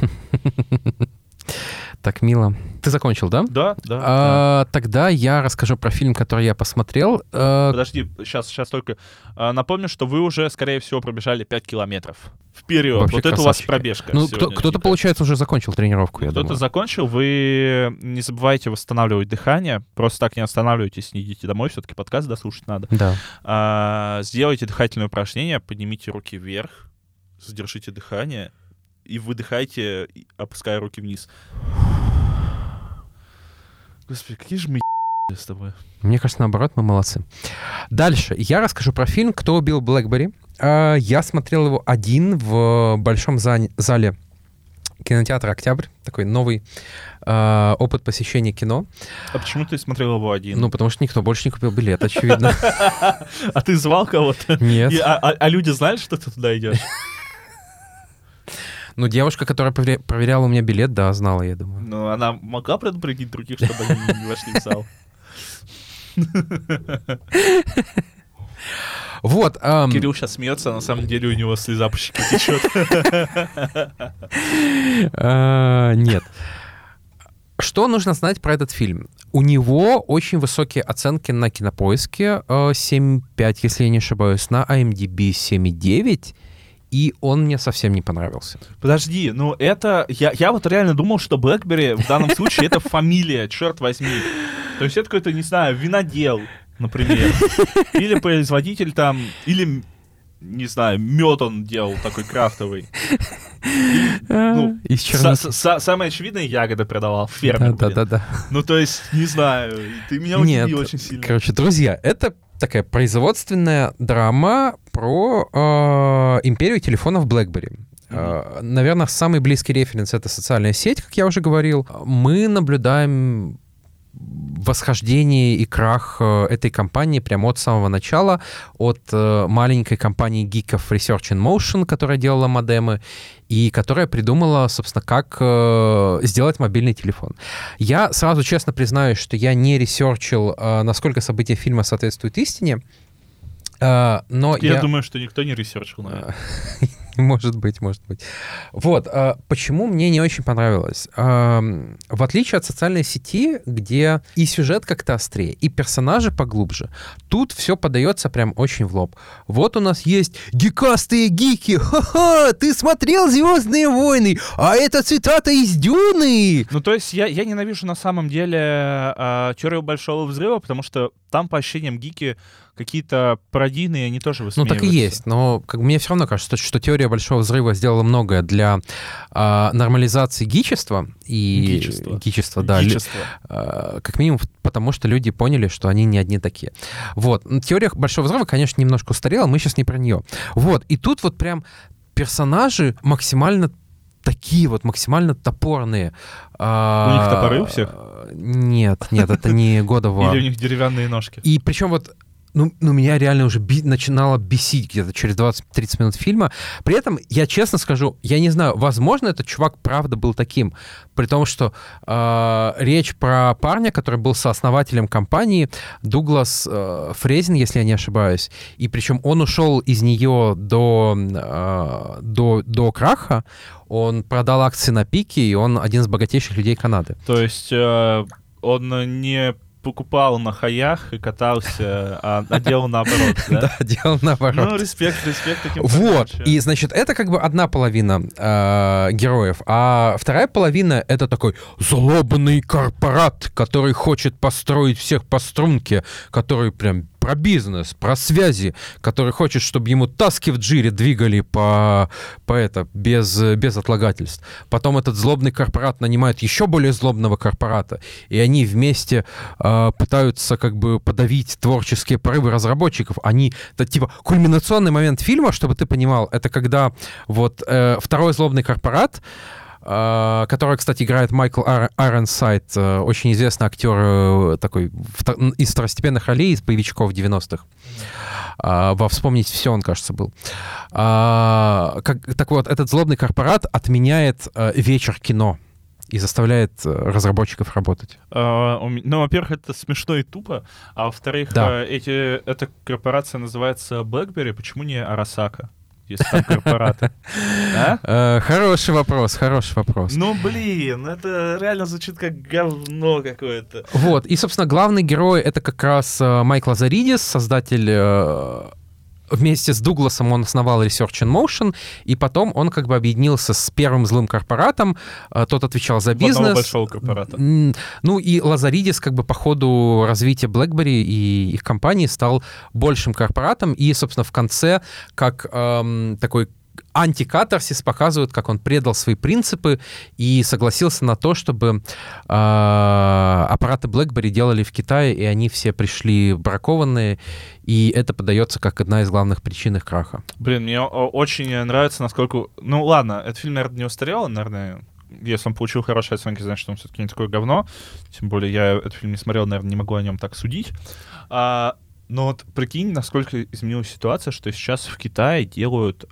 Так мило. Ты закончил, да? Да. Тогда я расскажу про фильм, который я посмотрел. Подожди, сейчас только напомню, что вы уже, скорее всего, пробежали 5 километров. Вперед. Вообще вот красавчики. Это у вас пробежка. Ну, кто-то, получается, уже закончил тренировку, я думаю. Кто-то закончил. Вы не забывайте восстанавливать дыхание. Просто так не останавливайтесь, не идите домой. Все-таки подкаст дослушать надо. Да. Сделайте дыхательное упражнение. Поднимите руки вверх. Задержите дыхание. И выдыхайте, опуская руки вниз. Господи, какие же мы с тобой. Мне кажется, наоборот, мы молодцы. Дальше. Я расскажу про фильм «Кто убил Блэкбери». Я смотрел его один в большом зале кинотеатра «Октябрь». Такой новый опыт посещения кино. А почему ты смотрел его один? Ну, потому что никто больше не купил билет, очевидно. А ты звал кого-то? Нет. А люди знали, что ты туда идешь? Ну, девушка, которая проверяла у меня билет, да, знала, я думаю. Ну, она могла предупредить других, чтобы они не вошли в зал. Вот. Кирилл сейчас смеется, а на самом деле у него слеза по щеке течет. Нет. Что нужно знать про этот фильм? У него очень высокие оценки на Кинопоиске, 7,5, если я не ошибаюсь, на IMDb 7,9. И он мне совсем не понравился. Подожди, ну это... Я вот реально думал, что Блэкбери в данном случае это фамилия, черт возьми. То есть это какой-то, не знаю, винодел, например. Или производитель там... Или, не знаю, мед он делал такой крафтовый. Самое очевидное, ягоды продавал. Фермер, Да. Ну то есть, не знаю, ты меня удивил очень сильно. Короче, друзья, это такая производственная драма про империю телефонов BlackBerry. Наверное, самый близкий референс — это социальная сеть, как я уже говорил. Мы наблюдаем восхождение и крах этой компании прямо от самого начала, от маленькой компании гиков Research in Motion, которая делала модемы, и которая придумала, собственно, как сделать мобильный телефон. Я сразу честно признаюсь, что я не ресерчил, насколько события фильма соответствуют истине, но я думаю, что никто не ресерчил, наверное. Может быть. Вот, почему мне не очень понравилось. В отличие от социальной сети, где и сюжет как-то острее, и персонажи поглубже, тут все подается прям очень в лоб. Вот у нас есть гикастые гики. Ха-ха, ты смотрел «Звездные войны», а это цитата из «Дюны». Ну, то есть я ненавижу на самом деле «Теорию большого взрыва», потому что там, по ощущениям, гики какие-то пародийные, они тоже высмеиваются. Ну, так и есть, но мне все равно кажется, что «Теория большого взрыва» сделала многое для нормализации гичества. И гичества, да. Как минимум потому, что люди поняли, что они не одни такие. Вот. «Теория большого взрыва», конечно, немножко устарела, мы сейчас не про нее. Вот. И тут вот прям персонажи максимально такие вот, максимально топорные. У них топоры у всех? Нет, это не God of War. Или у них деревянные ножки? И причем вот ну, меня реально уже начинало бесить где-то через 20-30 минут фильма. При этом, я честно скажу, я не знаю, возможно, этот чувак правда был таким, при том, что речь про парня, который был сооснователем компании, Дуглас Фрезин, если я не ошибаюсь, и причем он ушел из нее до краха, он продал акции на пике, и он один из богатейших людей Канады. То есть он не покупал на хаях и катался, а делал наоборот, да? Да, делал наоборот. Ну, респект таким. Вот, и, значит, это как бы одна половина героев, а вторая половина — это такой злобный корпорат, который хочет построить всех по струнке, который прям про бизнес, про связи, который хочет, чтобы ему таски в джире двигали без отлагательств. Потом этот злобный корпорат нанимает еще более злобного корпората, и они вместе пытаются как бы подавить творческие порывы разработчиков. Это типа кульминационный момент фильма, чтобы ты понимал, это когда вот второй злобный корпорат, который, кстати, играет Майкл Айронсайд, очень известный актер такой из второстепенных ролей, из боевичков 90-х. Во «Вспомнить все» он, кажется, был. Так вот, этот злобный корпорат отменяет вечер кино и заставляет разработчиков работать. Ну, во-первых, это смешно и тупо, а во-вторых, да. Эта корпорация называется BlackBerry, почему не Arasaka? Если там корпораты. Хороший вопрос. Ну, блин, это реально звучит как говно какое-то. Вот, и, собственно, главный герой — это как раз Майкл Лазаридис, создатель... Вместе с Дугласом он основал Research in Motion, и потом он как бы объединился с первым злым корпоратом, тот отвечал за бизнес. Одного большого корпората. Ну и Лазаридис как бы по ходу развития BlackBerry и их компании стал большим корпоратом, и, собственно, в конце как такой антикатарсис показывают, как он предал свои принципы и согласился на то, чтобы аппараты BlackBerry делали в Китае, и они все пришли бракованные, и это подается как одна из главных причин их краха. Блин, мне очень нравится, насколько... Ну ладно, этот фильм, наверное, не устарел, наверное, если он получил хорошие оценки, значит, он все-таки не такое говно. Тем более я этот фильм не смотрел, наверное, не могу о нем так судить. Но вот прикинь, насколько изменилась ситуация, что сейчас в Китае делают...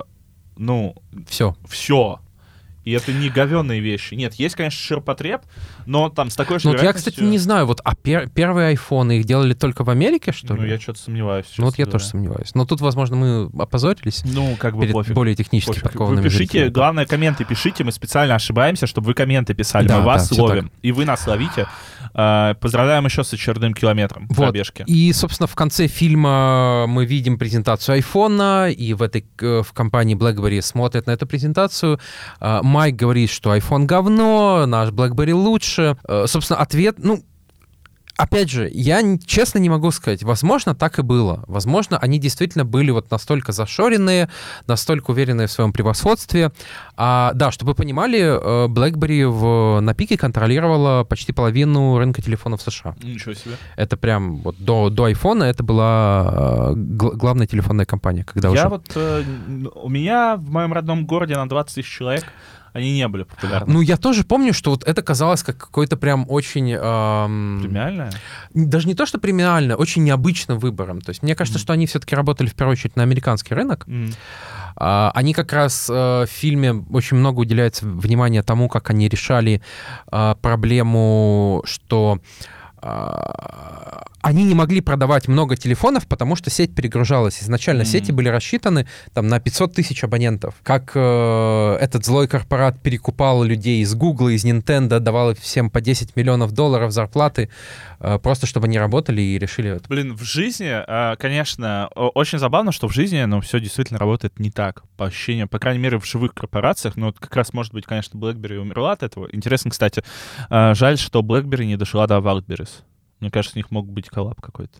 Все. И это не говёные вещи. Нет, есть, конечно, ширпотреб, но там с такой же вероятностью... Я, кстати, не знаю, вот, первые айфоны их делали только в Америке, что ли? Ну, я что-то сомневаюсь. Ну, вот я тоже сомневаюсь. Но тут, возможно, мы опозорились. Ну, как бы перед пофиг. Более технически подкованными Вы пишите, зрителями. главное, комменты пишите, мы специально ошибаемся, чтобы вы комменты писали. Мы вас ловим, и вы нас ловите. Поздравляем еще с очередным километром пробежки. И, собственно, в конце фильма мы видим презентацию айфона, и в компании BlackBerry смотрят на эту презентацию. Майк говорит, что iPhone говно, наш BlackBerry лучше. Собственно, ответ, опять же, я честно не могу сказать. Возможно, так и было. Возможно, они действительно были вот настолько зашоренные, настолько уверенные в своем превосходстве. Да, чтобы вы понимали, BlackBerry на пике контролировала почти половину рынка телефонов в США. Ничего себе. Это прям вот до iPhone это была главная телефонная компания. У меня в моем родном городе на 20 тысяч человек они не были популярны. Ну, я тоже помню, что вот это казалось как какой-то прям очень... Премиальное? Даже не то, что премиально, очень необычным выбором. То есть мне кажется, что они все-таки работали в первую очередь на американский рынок. Они как раз в фильме очень много уделяется внимания тому, как они решали проблему, что... Они не могли продавать много телефонов, потому что сеть перегружалась. Изначально сети были рассчитаны там, на 500 тысяч абонентов. Как этот злой корпорат перекупал людей из Google, из Nintendo, давал всем по $10 миллионов зарплаты, просто чтобы они работали и решили это. Блин, в жизни, конечно, очень забавно, что в жизни все действительно работает не так, по ощущениям, по крайней мере, в живых корпорациях. Но как раз, может быть, конечно, BlackBerry умерла от этого. Интересно, кстати, жаль, что BlackBerry не дошла до Wildberries. Мне кажется, у них мог быть коллаб какой-то.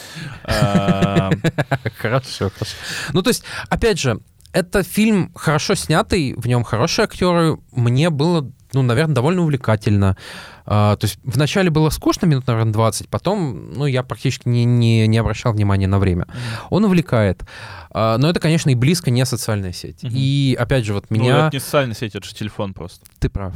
Хорошо. Ну, то есть, опять же, это фильм хорошо снятый, в нем хорошие актеры. Мне было, наверное, довольно увлекательно. То есть вначале было скучно, минут, наверное, 20, потом, я практически не обращал внимания на время. Он увлекает. Но это, конечно, и близко не социальная сеть. И, опять же, вот меня... это не социальная сеть, это же телефон просто. Ты прав.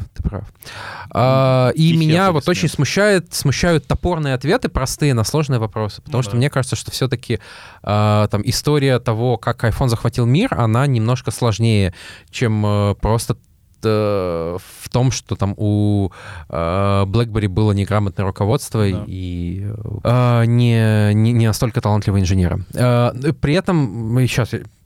И меня вот очень смущают топорные ответы, простые на сложные вопросы. Потому что мне кажется, что все-таки там история того, как iPhone захватил мир, она немножко сложнее, чем просто в том, что там у BlackBerry было неграмотное руководство и не настолько талантливые инженеры. При этом, сейчас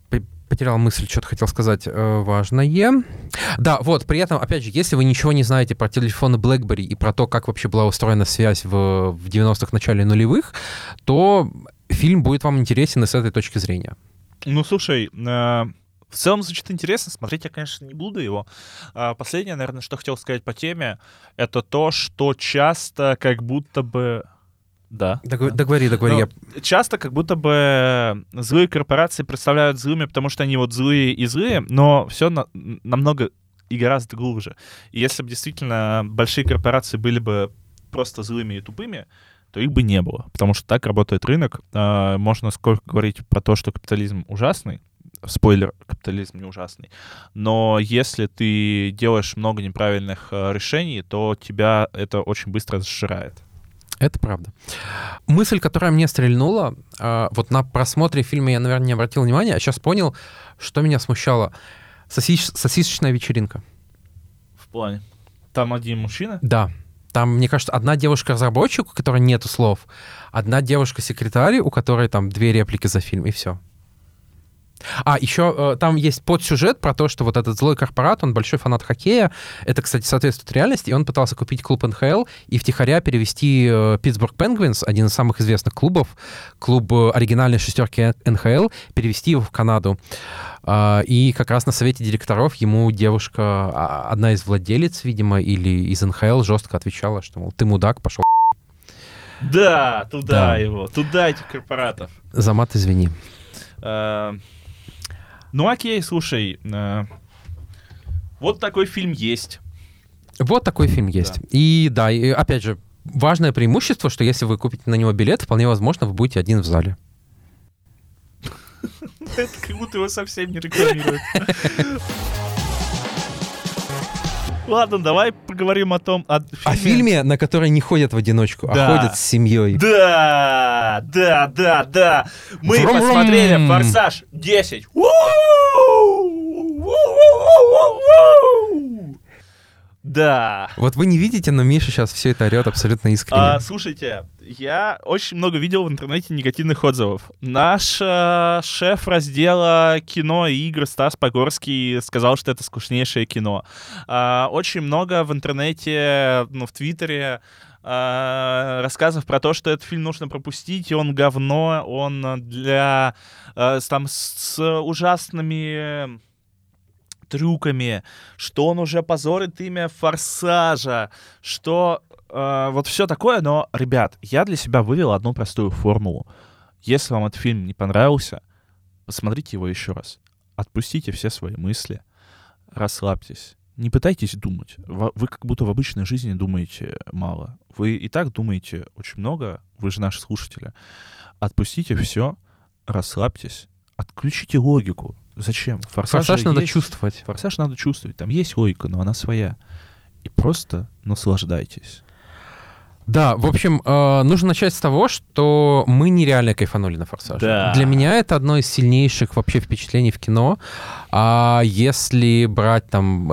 потерял мысль, что-то хотел сказать важное. Да, вот, при этом, опять же, если вы ничего не знаете про телефоны BlackBerry и про то, как вообще была устроена связь в 90-х, начале нулевых, то фильм будет вам интересен и с этой точки зрения. Ну, слушай, в целом звучит интересно, смотреть я, конечно, не буду его. Последнее, наверное, что хотел сказать по теме, это то, что часто как будто бы... Да. Договори. Часто как будто бы злые корпорации представляют злыми, потому что они вот злые и злые, но все намного и гораздо глубже. И если бы действительно большие корпорации были бы просто злыми и тупыми, то их бы не было, потому что так работает рынок. Можно сколько говорить про то, что капитализм ужасный, спойлер, капитализм не ужасный, но если ты делаешь много неправильных решений, то тебя это очень быстро сжирает. Это правда. Мысль, которая мне стрельнула, вот на просмотре фильма я, наверное, не обратил внимания, а сейчас понял, что меня смущало. Сосисочная вечеринка. В плане? Там один мужчина? Да. Там, мне кажется, одна девушка-разработчик, у которой нету слов, одна девушка-секретарь, у которой там 2 реплики за фильм, и все. А, еще там есть подсюжет про то, что вот этот злой корпорат, он большой фанат хоккея. Это, кстати, соответствует реальности. И он пытался купить клуб НХЛ и втихаря перевести Питтсбург Пингвинс, один из самых известных клубов, клуб оригинальной шестерки НХЛ, перевести его в Канаду. И как раз на совете директоров ему девушка, одна из владелец, видимо, или из НХЛ жестко отвечала, что, мол, ты мудак, пошел. Да, туда его, туда этих корпоратов. За мат извини. Ну окей, слушай, вот такой фильм есть. Вот такой фильм есть. Да. И опять же, важное преимущество, что если вы купите на него билет, вполне возможно, вы будете один в зале. Это как будто его совсем не рекламируют. Ладно, давай поговорим о том... О фильме, на который не ходят в одиночку, а ходят с семьей. Да. Мы посмотрели «Форсаж 10». Да. Вот вы не видите, но Миша сейчас все это орет абсолютно искренне. Слушайте, я очень много видел в интернете негативных отзывов. Наш шеф раздела кино и игры Стас Погорский сказал, что это скучнейшее кино. Очень много в интернете, в Твиттере рассказов про то, что этот фильм нужно пропустить, и он говно, он для... там с ужасными... трюками, что он уже позорит имя «Форсажа», что вот все такое, но, ребят, я для себя вывел одну простую формулу. Если вам этот фильм не понравился, посмотрите его еще раз. Отпустите все свои мысли, расслабьтесь. Не пытайтесь думать. Вы как будто в обычной жизни думаете мало. Вы и так думаете очень много, вы же наши слушатели. Отпустите все, расслабьтесь, отключите логику. Зачем? Форсаж надо чувствовать. Форсаж надо чувствовать. Там есть логика, но она своя. И просто наслаждайтесь. Да, в общем, нужно начать с того, что мы нереально кайфанули на «Форсаже». Да. Для меня это одно из сильнейших вообще впечатлений в кино. А если брать там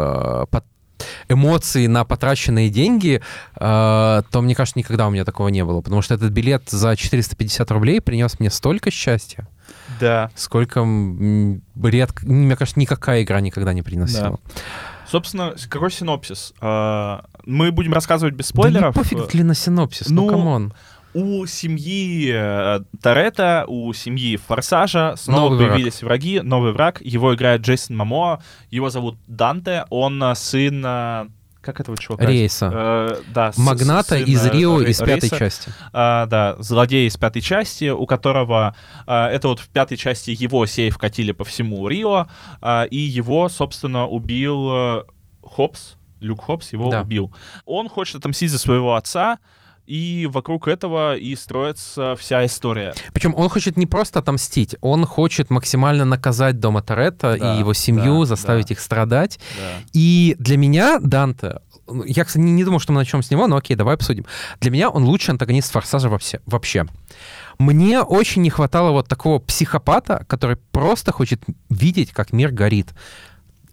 эмоции на потраченные деньги, то, мне кажется, никогда у меня такого не было. Потому что этот билет за 450 рублей принес мне столько счастья. Да. Сколько редко, мне кажется, никакая игра никогда не приносила. Да. Собственно, какой синопсис? Мы будем рассказывать без спойлеров. Да не пофиг ли на синопсис, ну камон. У семьи Торетто, у семьи Форсажа снова появились враги, новый враг. Его играет Джейсон Момоа, его зовут Данте, он сын... Как этого чувака? Рейса. Да, магната из Рио из 5-й части. Да, злодей из 5-й части, у которого... это вот в 5-й части его сейф катили по всему Рио, и его, собственно, убил Хопс. Люк Хопс его убил. Он хочет отомстить за своего отца, и вокруг этого и строится вся история. Причем он хочет не просто отомстить, он хочет максимально наказать дома Торетто и его семью, заставить их страдать. Да. И для меня Данте, я, кстати, не думал, что мы начнем с него, но окей, давай обсудим. Для меня он лучший антагонист «Форсажа» вообще. Мне очень не хватало вот такого психопата, который просто хочет видеть, как мир горит.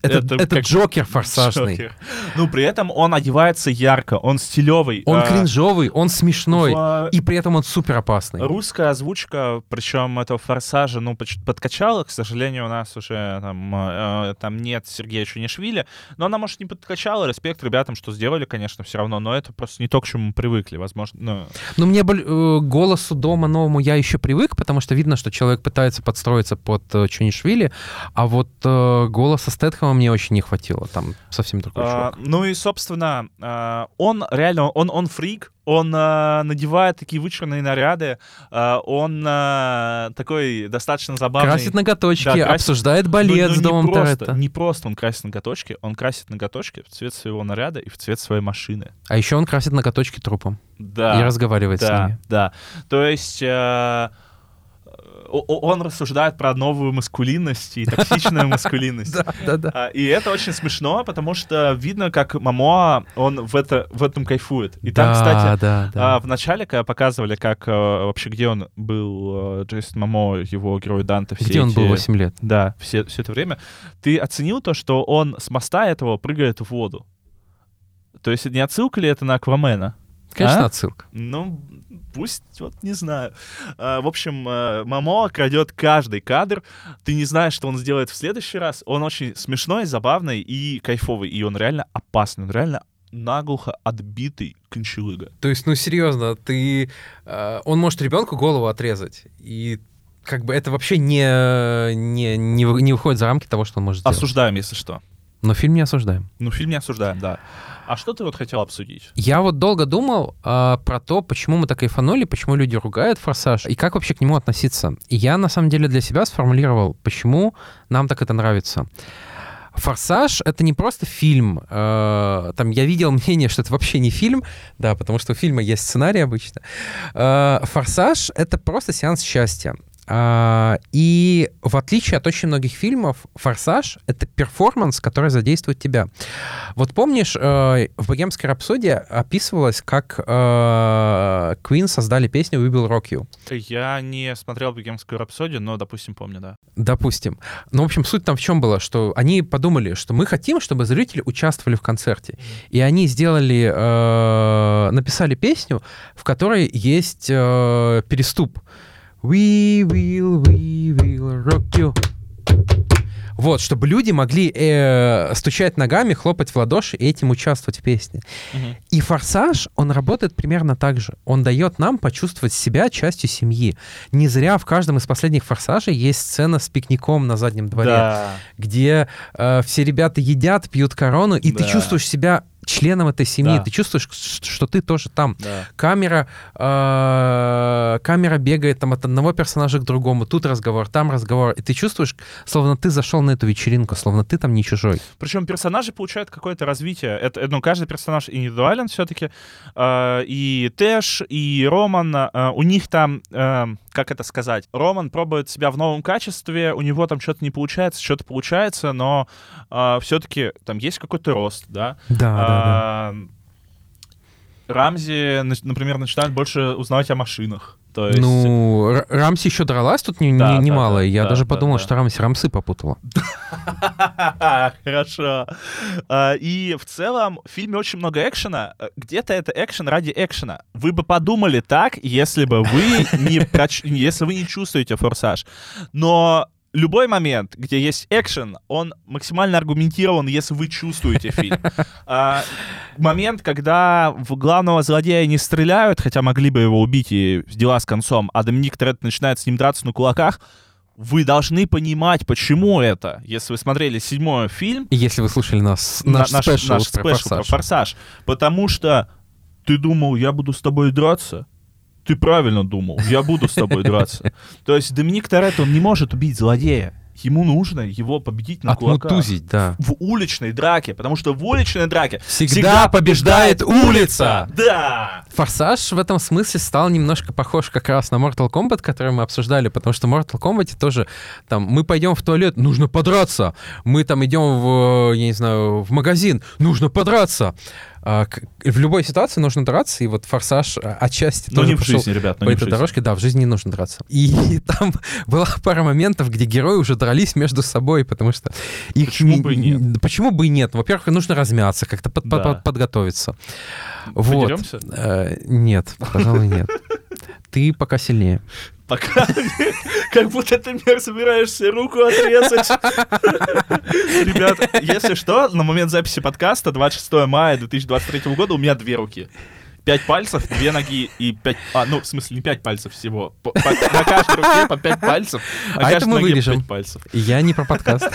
Это Джокер форсажный. Джокер. Ну, при этом он одевается ярко, он стилевый. Он кринжовый, он смешной, и при этом он супер опасный. Русская озвучка, причем этого форсажа, ну, подкачала. К сожалению, у нас уже там нет Сергея Чунишвили, но она, может, не подкачала. Респект ребятам, что сделали, конечно, все равно, но это просто не то, к чему мы привыкли, возможно. Ну, мне голосу Дома новому я еще привык, потому что видно, что человек пытается подстроиться под Чунишвили, а вот голоса Стэтхэма мне очень не хватило, там совсем другой чувак. Ну и, собственно, он реально, он фрик, он надевает такие вычурные наряды, он такой достаточно забавный. Красит ноготочки, обсуждает балет с Домом Торетто. Не просто он красит ноготочки в цвет своего наряда и в цвет своей машины. А еще он красит ноготочки трупом. Да. И разговаривает с ними. Да. То есть он рассуждает про новую маскулинность и токсичную маскулинность. Да. И это очень смешно, потому что видно, как Момоа, он в этом кайфует. И там, кстати, в начале, когда показывали, как вообще, где он был, Джейсон Момоа, его герой Данте, где он был 8 лет. Да, все это время. Ты оценил то, что он с моста этого прыгает в воду? То есть не отсылка ли это на Аквамена? Конечно, отсылка. Ну, пусть, вот не знаю. В общем, Момоа крадет каждый кадр. Ты не знаешь, что он сделает в следующий раз. Он очень смешной, забавный и кайфовый. И он реально опасный. Он реально наглухо отбитый кончалыга. То есть, ну, серьезно, он может ребенку голову отрезать. И как бы это вообще не выходит за рамки того, что он может сделать. Осуждаем, если что. Но фильм не осуждаем. Да. А что ты вот хотел обсудить? Я вот долго думал про то, почему мы так кайфанули, почему люди ругают «Форсаж», и как вообще к нему относиться. И я, на самом деле, для себя сформулировал, почему нам так это нравится. «Форсаж» — это не просто фильм. Там я видел мнение, что это вообще не фильм, да, потому что у фильма есть сценарий обычно. «Форсаж» — это просто сеанс счастья. И в отличие от очень многих фильмов, «Форсаж» — это перформанс, который задействует тебя. Вот помнишь, в «Богемской рапсодии» описывалось, как Queen создали песню «We Will Rock You». Я не смотрел «Богемскую рапсодию», но, допустим, помню, да. Допустим. Ну, в общем, суть там в чем была, что они подумали, что мы хотим, чтобы зрители участвовали в концерте. И они написали песню, в которой есть переступ. We will rock you. Вот, чтобы люди могли стучать ногами, хлопать в ладоши и этим участвовать в песне. И «Форсаж», он работает примерно так же. Он дает нам почувствовать себя частью семьи. Не зря в каждом из последних «Форсажей» есть сцена с пикником на заднем дворе, где все ребята едят, пьют корону, и ты чувствуешь себя членом этой семьи. Ты чувствуешь, что ты тоже там. Камера бегает там от одного персонажа к другому. Тут разговор, там разговор. И ты чувствуешь, словно ты зашел на эту вечеринку, словно ты там не чужой. Причем персонажи получают какое-то развитие. Каждый персонаж индивидуален все-таки. И Тэш, и Роман, у них там, как это сказать, Роман пробует себя в новом качестве, у него там что-то не получается, что-то получается, но все-таки там есть какой-то рост, да? Да. Рамзи, например, начинает больше узнавать о машинах. То есть... Ну, Рамси еще дралась тут немало. Я даже подумал, что Рамси рамсы попутала. Хорошо. И в целом в фильме очень много экшена. Где-то это экшен ради экшена. Вы бы подумали так, если вы не чувствуете «Форсаж». Но любой момент, где есть экшен, он максимально аргументирован, если вы чувствуете фильм. Момент, когда в главного злодея не стреляют, хотя могли бы его убить и дела с концом, а Доминик Торетто начинает с ним драться на кулаках, вы должны понимать, почему это, если вы смотрели 7-й фильм. И если вы слушали наш спешл про «Форсаж». Потому что ты думал, я буду с тобой драться? Ты правильно думал, я буду с тобой драться. То есть Доминик Торетто, он не может убить злодея. Ему нужно его победить на кулаках. Отмутузить, да. В уличной драке, потому что в уличной драке всегда побеждает улица! Да! «Форсаж» в этом смысле стал немножко похож как раз на Mortal Kombat, который мы обсуждали, потому что в Mortal Kombat тоже там мы пойдем в туалет, нужно подраться. Мы там идем в магазин, нужно подраться. в любой ситуации нужно драться, и вот «Форсаж» отчасти Но тоже не в пошел жизни, ребят, но по не в этой жизни. дорожке. Да, в жизни не нужно драться. И там была пара моментов, где герои уже дрались между собой, потому что их... Почему бы и нет? Почему бы и нет? Во-первых, нужно размяться, как-то Да. подготовиться. Вот. Подеремся? Нет, пожалуй, нет. Ты пока сильнее. Пока как будто ты мне собираешься руку отрезать. Ребят, если что, на момент записи подкаста 26 мая 2023 года у меня 2 руки. 5 пальцев, 2 ноги и 5... ну, в смысле, не 5 пальцев всего. На каждой руке по 5 пальцев, на А это каждой мы ноге по вырежем. 5 пальцев. Я не про подкаст.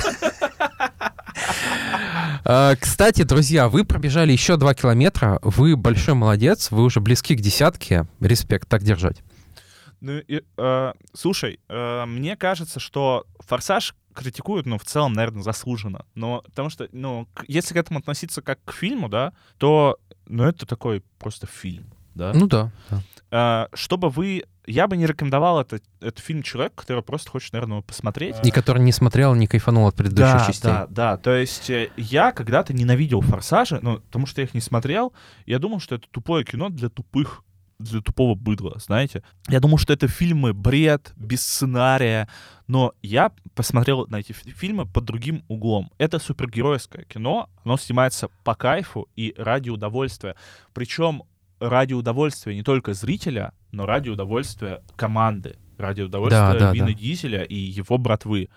Кстати, друзья, вы пробежали еще 2 километра. Вы большой молодец. Вы уже близки к 10. Респект, так держать. Ну, слушай, мне кажется, что «Форсаж» критикуют, ну, в целом, наверное, заслуженно. Но потому что, ну, если к этому относиться как к фильму, да, то, ну, это такой просто фильм, да. Ну да. Чтобы вы... Я бы не рекомендовал этот фильм человеку, который просто хочет, наверное, его посмотреть. И который не смотрел, не кайфанул от предыдущих частей. Да. То есть я когда-то ненавидел «Форсажи», ну, потому что я их не смотрел. Я думал, что это тупое кино для тупого быдла, знаете. Я думал, что это фильмы бред, без сценария. Но я посмотрел на эти фильмы под другим углом. Это супергеройское кино, оно снимается по кайфу и ради удовольствия. Причем ради удовольствия не только зрителя, но ради удовольствия команды, ради удовольствия Вина Дизеля и его братвы.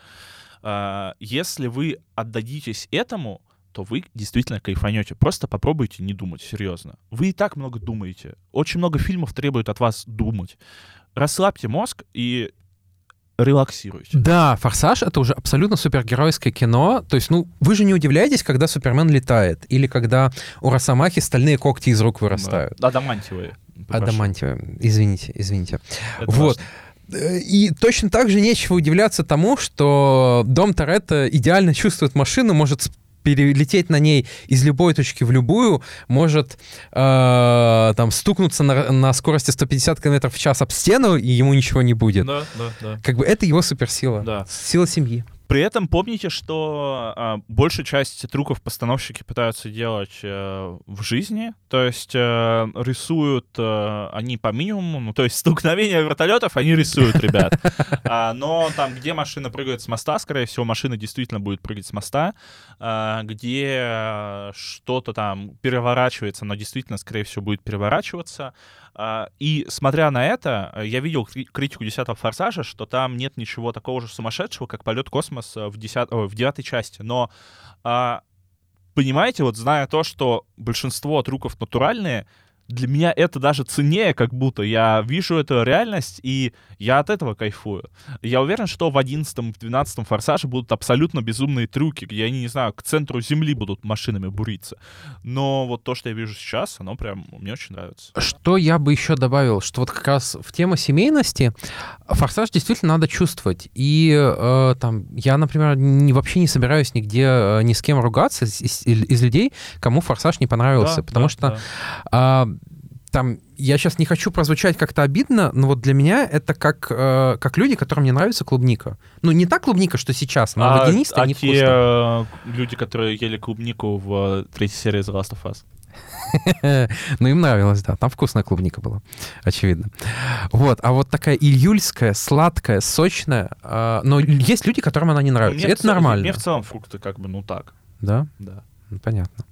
Если вы отдадитесь этому, то вы действительно кайфанете. Просто попробуйте не думать, серьезно. Вы и так много думаете. Очень много фильмов требуют от вас думать. Расслабьте мозг и релаксируйте. Да, «Форсаж» — это уже абсолютно супергеройское кино. То есть, ну, вы же не удивляетесь, когда Супермен летает, или когда у Росомахи стальные когти из рук вырастают. Да. Адамантиевые. Адамантиевые. Извините. Это Вот. важно. И точно так же нечего удивляться тому, что Дом Торетто идеально чувствует машину, может перелететь на ней из любой точки в любую, может там стукнуться на скорости 150 км в час об стену, и ему ничего не будет. Да. Как бы это его суперсила. Да. Сила семьи. При этом помните, что большую часть трюков постановщики пытаются делать в жизни, то есть рисуют они по минимуму, ну, то есть столкновения вертолетов они рисуют, ребят. Но там, где машина прыгает с моста, скорее всего, машина действительно будет прыгать с моста, где что-то там переворачивается, но действительно, скорее всего, будет переворачиваться. И смотря на это, я видел критику 10-го «Форсажа», что там нет ничего такого же сумасшедшего, как полет в космос в 9-й части. Но, понимаете, вот зная то, что большинство трюков натуральные, для меня это даже ценнее, как будто. Я вижу эту реальность, и я от этого кайфую. Я уверен, что в 11-м и 12-м «Форсаже» будут абсолютно безумные трюки, где они, не знаю, к центру Земли будут машинами буриться. Но вот то, что я вижу сейчас, оно прям мне очень нравится. Что я бы еще добавил, что вот как раз в тему семейности «Форсаж» действительно надо чувствовать. И там я, например, вообще не собираюсь нигде ни с кем ругаться из людей, кому «Форсаж» не понравился. Потому что там, я сейчас не хочу прозвучать как-то обидно, но вот для меня это как люди, которым не нравится клубника. Ну, не та клубника, что сейчас, она водянистая, невкусная. А те люди, которые ели клубнику в 3-й серии The Last of Us? Ну, им нравилось, да. Там вкусная клубника была, очевидно. Вот. А вот такая июльская, сладкая, сочная. Но есть люди, которым она не нравится. Это нормально. Мне в целом фрукты как бы, ну так. Да? Да. Понятно.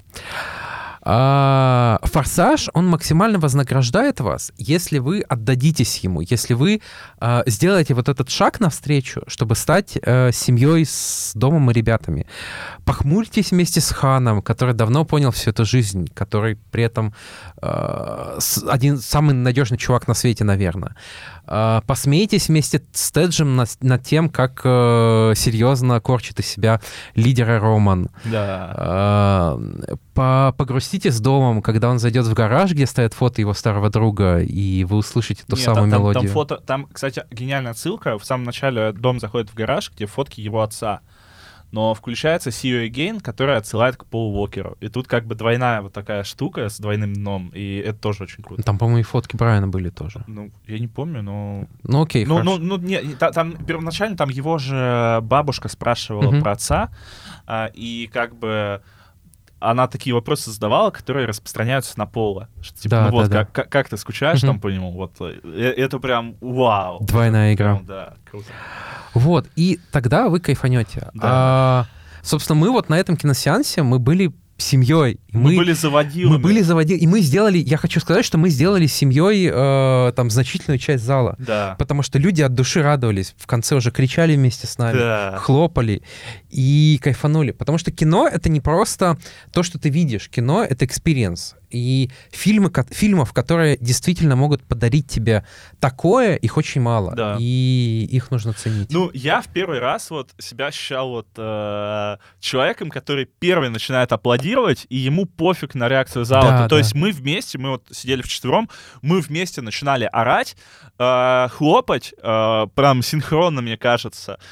«Форсаж», он максимально вознаграждает вас, если вы отдадитесь ему, если вы сделаете вот этот шаг навстречу, чтобы стать семьей с домом и ребятами. Похмурьтесь вместе с Ханом, который давно понял всю эту жизнь, который при этом один самый надежный чувак на свете, наверное. Посмейтесь вместе с Теджем над тем, как серьезно корчит из себя лидера Роман. Да. Погрустите с домом, когда он зайдет в гараж, где стоит фото его старого друга, и вы услышите ту самую мелодию. Там, кстати, гениальная отсылка. В самом начале дом заходит в гараж, где фотки его отца. Но включается See You Again, которая отсылает к Полу Уокеру. И тут как бы двойная вот такая штука с двойным дном, и это тоже очень круто. Там, по-моему, и фотки Брайана были тоже. Ну, я не помню, но... Ну, окей, хорошо. Там первоначально там его же бабушка спрашивала про отца, и как бы она такие вопросы задавала, которые распространяются на Пола. Что, типа, Да, ну вот, да. как ты скучаешь Мгм. там по нему? Вот, это прям вау. Двойная игра. Прям, да, круто. Вот, и тогда вы кайфанете. Да. Собственно, мы вот на этом киносеансе, мы были семьей. Мы были заводилами. И мы сделали, я хочу сказать, что мы сделали с семьей там значительную часть зала. Да. Потому что люди от души радовались, в конце уже кричали вместе с нами, Да. хлопали и кайфанули. Потому что кино — это не просто то, что ты видишь. Кино — это экспириенс. И фильмов, которые действительно могут подарить тебе такое, их очень мало. Да. И их нужно ценить. Ну, я в первый раз вот себя ощущал вот человеком, который первый начинает аплодировать, и ему пофиг на реакцию зала. Да, То да. есть мы вместе, мы вот сидели вчетвером, мы вместе начинали орать, хлопать, прям синхронно, мне кажется.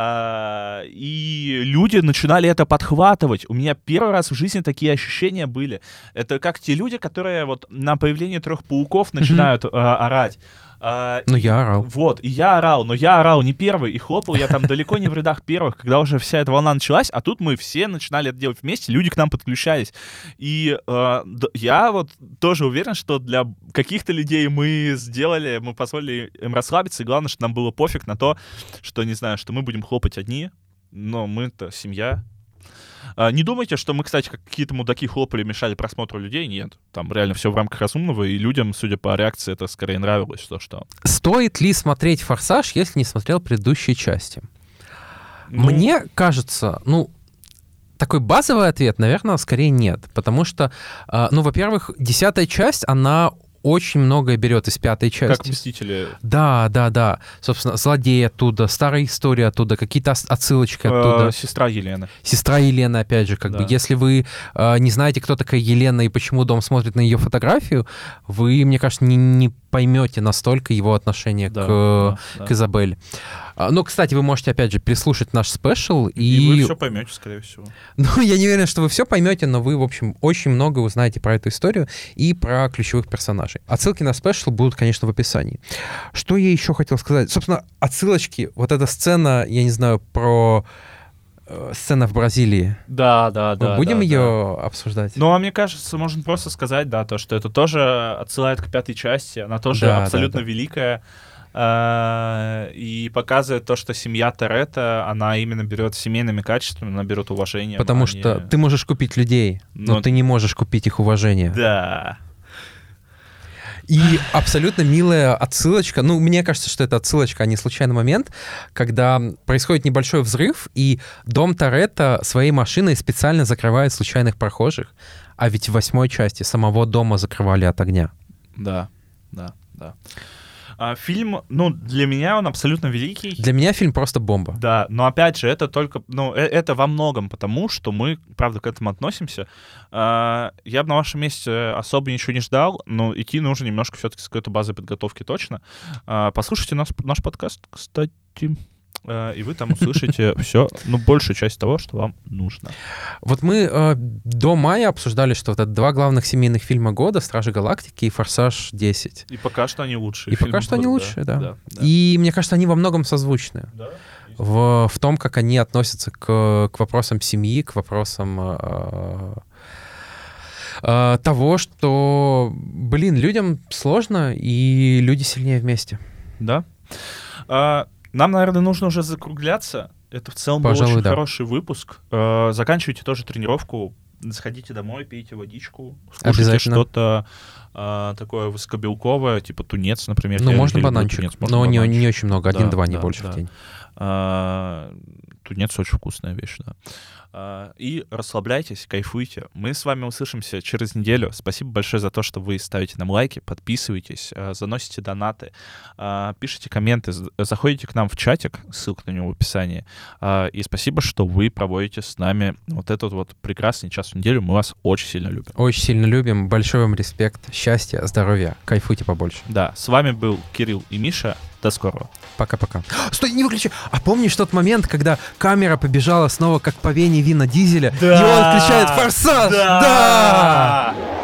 И люди начинали это подхватывать. У меня первый раз в жизни такие ощущения были. Это как те люди, которые вот на появление 3 пауков начинают орать. Ну, я орал. Вот, и я орал, но я орал не первый, и хлопал я там далеко не в рядах первых, когда уже вся эта волна началась, а тут мы все начинали это делать вместе, люди к нам подключались. И я вот тоже уверен, что для каких-то людей мы позволили им расслабиться, и главное, что нам было пофиг на то, что, не знаю, что мы будем хлопать одни, но мы-то семья. Не думайте, что мы, кстати, как какие-то мудаки хлопали, мешали просмотру людей. Нет. Там реально все в рамках разумного, и людям, судя по реакции, это скорее нравилось. Что... Стоит ли смотреть «Форсаж», если не смотрел предыдущие части? Ну, Мне кажется, такой базовый ответ, наверное, скорее нет. Потому что, во-первых, 10-я часть, она очень многое берет из 5-й части. как «Мстители». Да. Собственно, злодеи оттуда, старая история оттуда, какие-то отсылочки оттуда. Сестра Елена. Сестра Елена, опять же, Да. если вы не знаете, кто такая Елена и почему дом смотрит на ее фотографию, вы, мне кажется, не поймете настолько его отношение к Изабель. Но, кстати, вы можете, опять же, переслушать наш спешл. И вы все поймете, скорее всего. Ну, я не уверен, что вы все поймете, но вы, в общем, очень много узнаете про эту историю и про ключевых персонажей. Отсылки на спешл будут, конечно, в описании. Что я еще хотел сказать? Собственно, отсылочки. Вот эта сцена, я не знаю, про сцена в Бразилии. Да. Мы будем ее обсуждать? Ну, а мне кажется, можно просто сказать, да, то, что это тоже отсылает к 5-й части. Она тоже Да, абсолютно да. великая. И показывает то, что семья Торетто, она именно берет семейными качествами, она берет уважение. Потому что ты можешь купить людей, но ты не можешь купить их уважение. Да. И абсолютно милая отсылочка. Ну, мне кажется, что это отсылочка, а не случайный момент, когда происходит небольшой взрыв, и дом Торетто своей машиной специально закрывает случайных прохожих, а ведь в 8-й части самого дома закрывали от огня. Да. Фильм, для меня он абсолютно великий. Для меня фильм просто бомба. Да, но опять же, это только, это во многом потому, что мы, правда, к этому относимся. Я бы на вашем месте особо ничего не ждал, но идти нужно немножко все-таки с какой-то базой подготовки точно. Послушайте наш подкаст, кстати, и вы там услышите все, большую часть того, что вам нужно. Вот мы до мая обсуждали, что вот это 2 главных семейных фильма года — «Стражи Галактики» и «Форсаж 10». И пока что они лучшие. И пока что они лучшие, да. Да. И мне кажется, они во многом созвучны. Да. В том, как они относятся к вопросам семьи, к вопросам того, что, людям сложно, и люди сильнее вместе. Да. Нам, наверное, нужно уже закругляться. Это в целом был очень хороший выпуск. Заканчивайте тоже тренировку. Заходите домой, пейте водичку. Слушайте что-то такое высокобелковое, типа тунец, например. Можно бананчик, но не очень много, 1-2, не больше в день. Тунец очень вкусная вещь, да. И расслабляйтесь, кайфуйте. Мы с вами услышимся через неделю. Спасибо большое за то, что вы ставите нам лайки, подписываетесь, заносите донаты, пишите комменты, заходите к нам в чатик, ссылка на него в описании. И спасибо, что вы проводите с нами вот этот вот прекрасный час в неделю. Мы вас очень сильно любим. Очень сильно любим. Большой вам респект. Счастья, здоровья. Кайфуйте побольше. Да, с вами был Кирилл и Миша. До скорого. Пока-пока. Стой, не выключи! А помнишь тот момент, когда камера побежала снова как по вене Вина Дизеля, и он включает «Форсаж»? Да!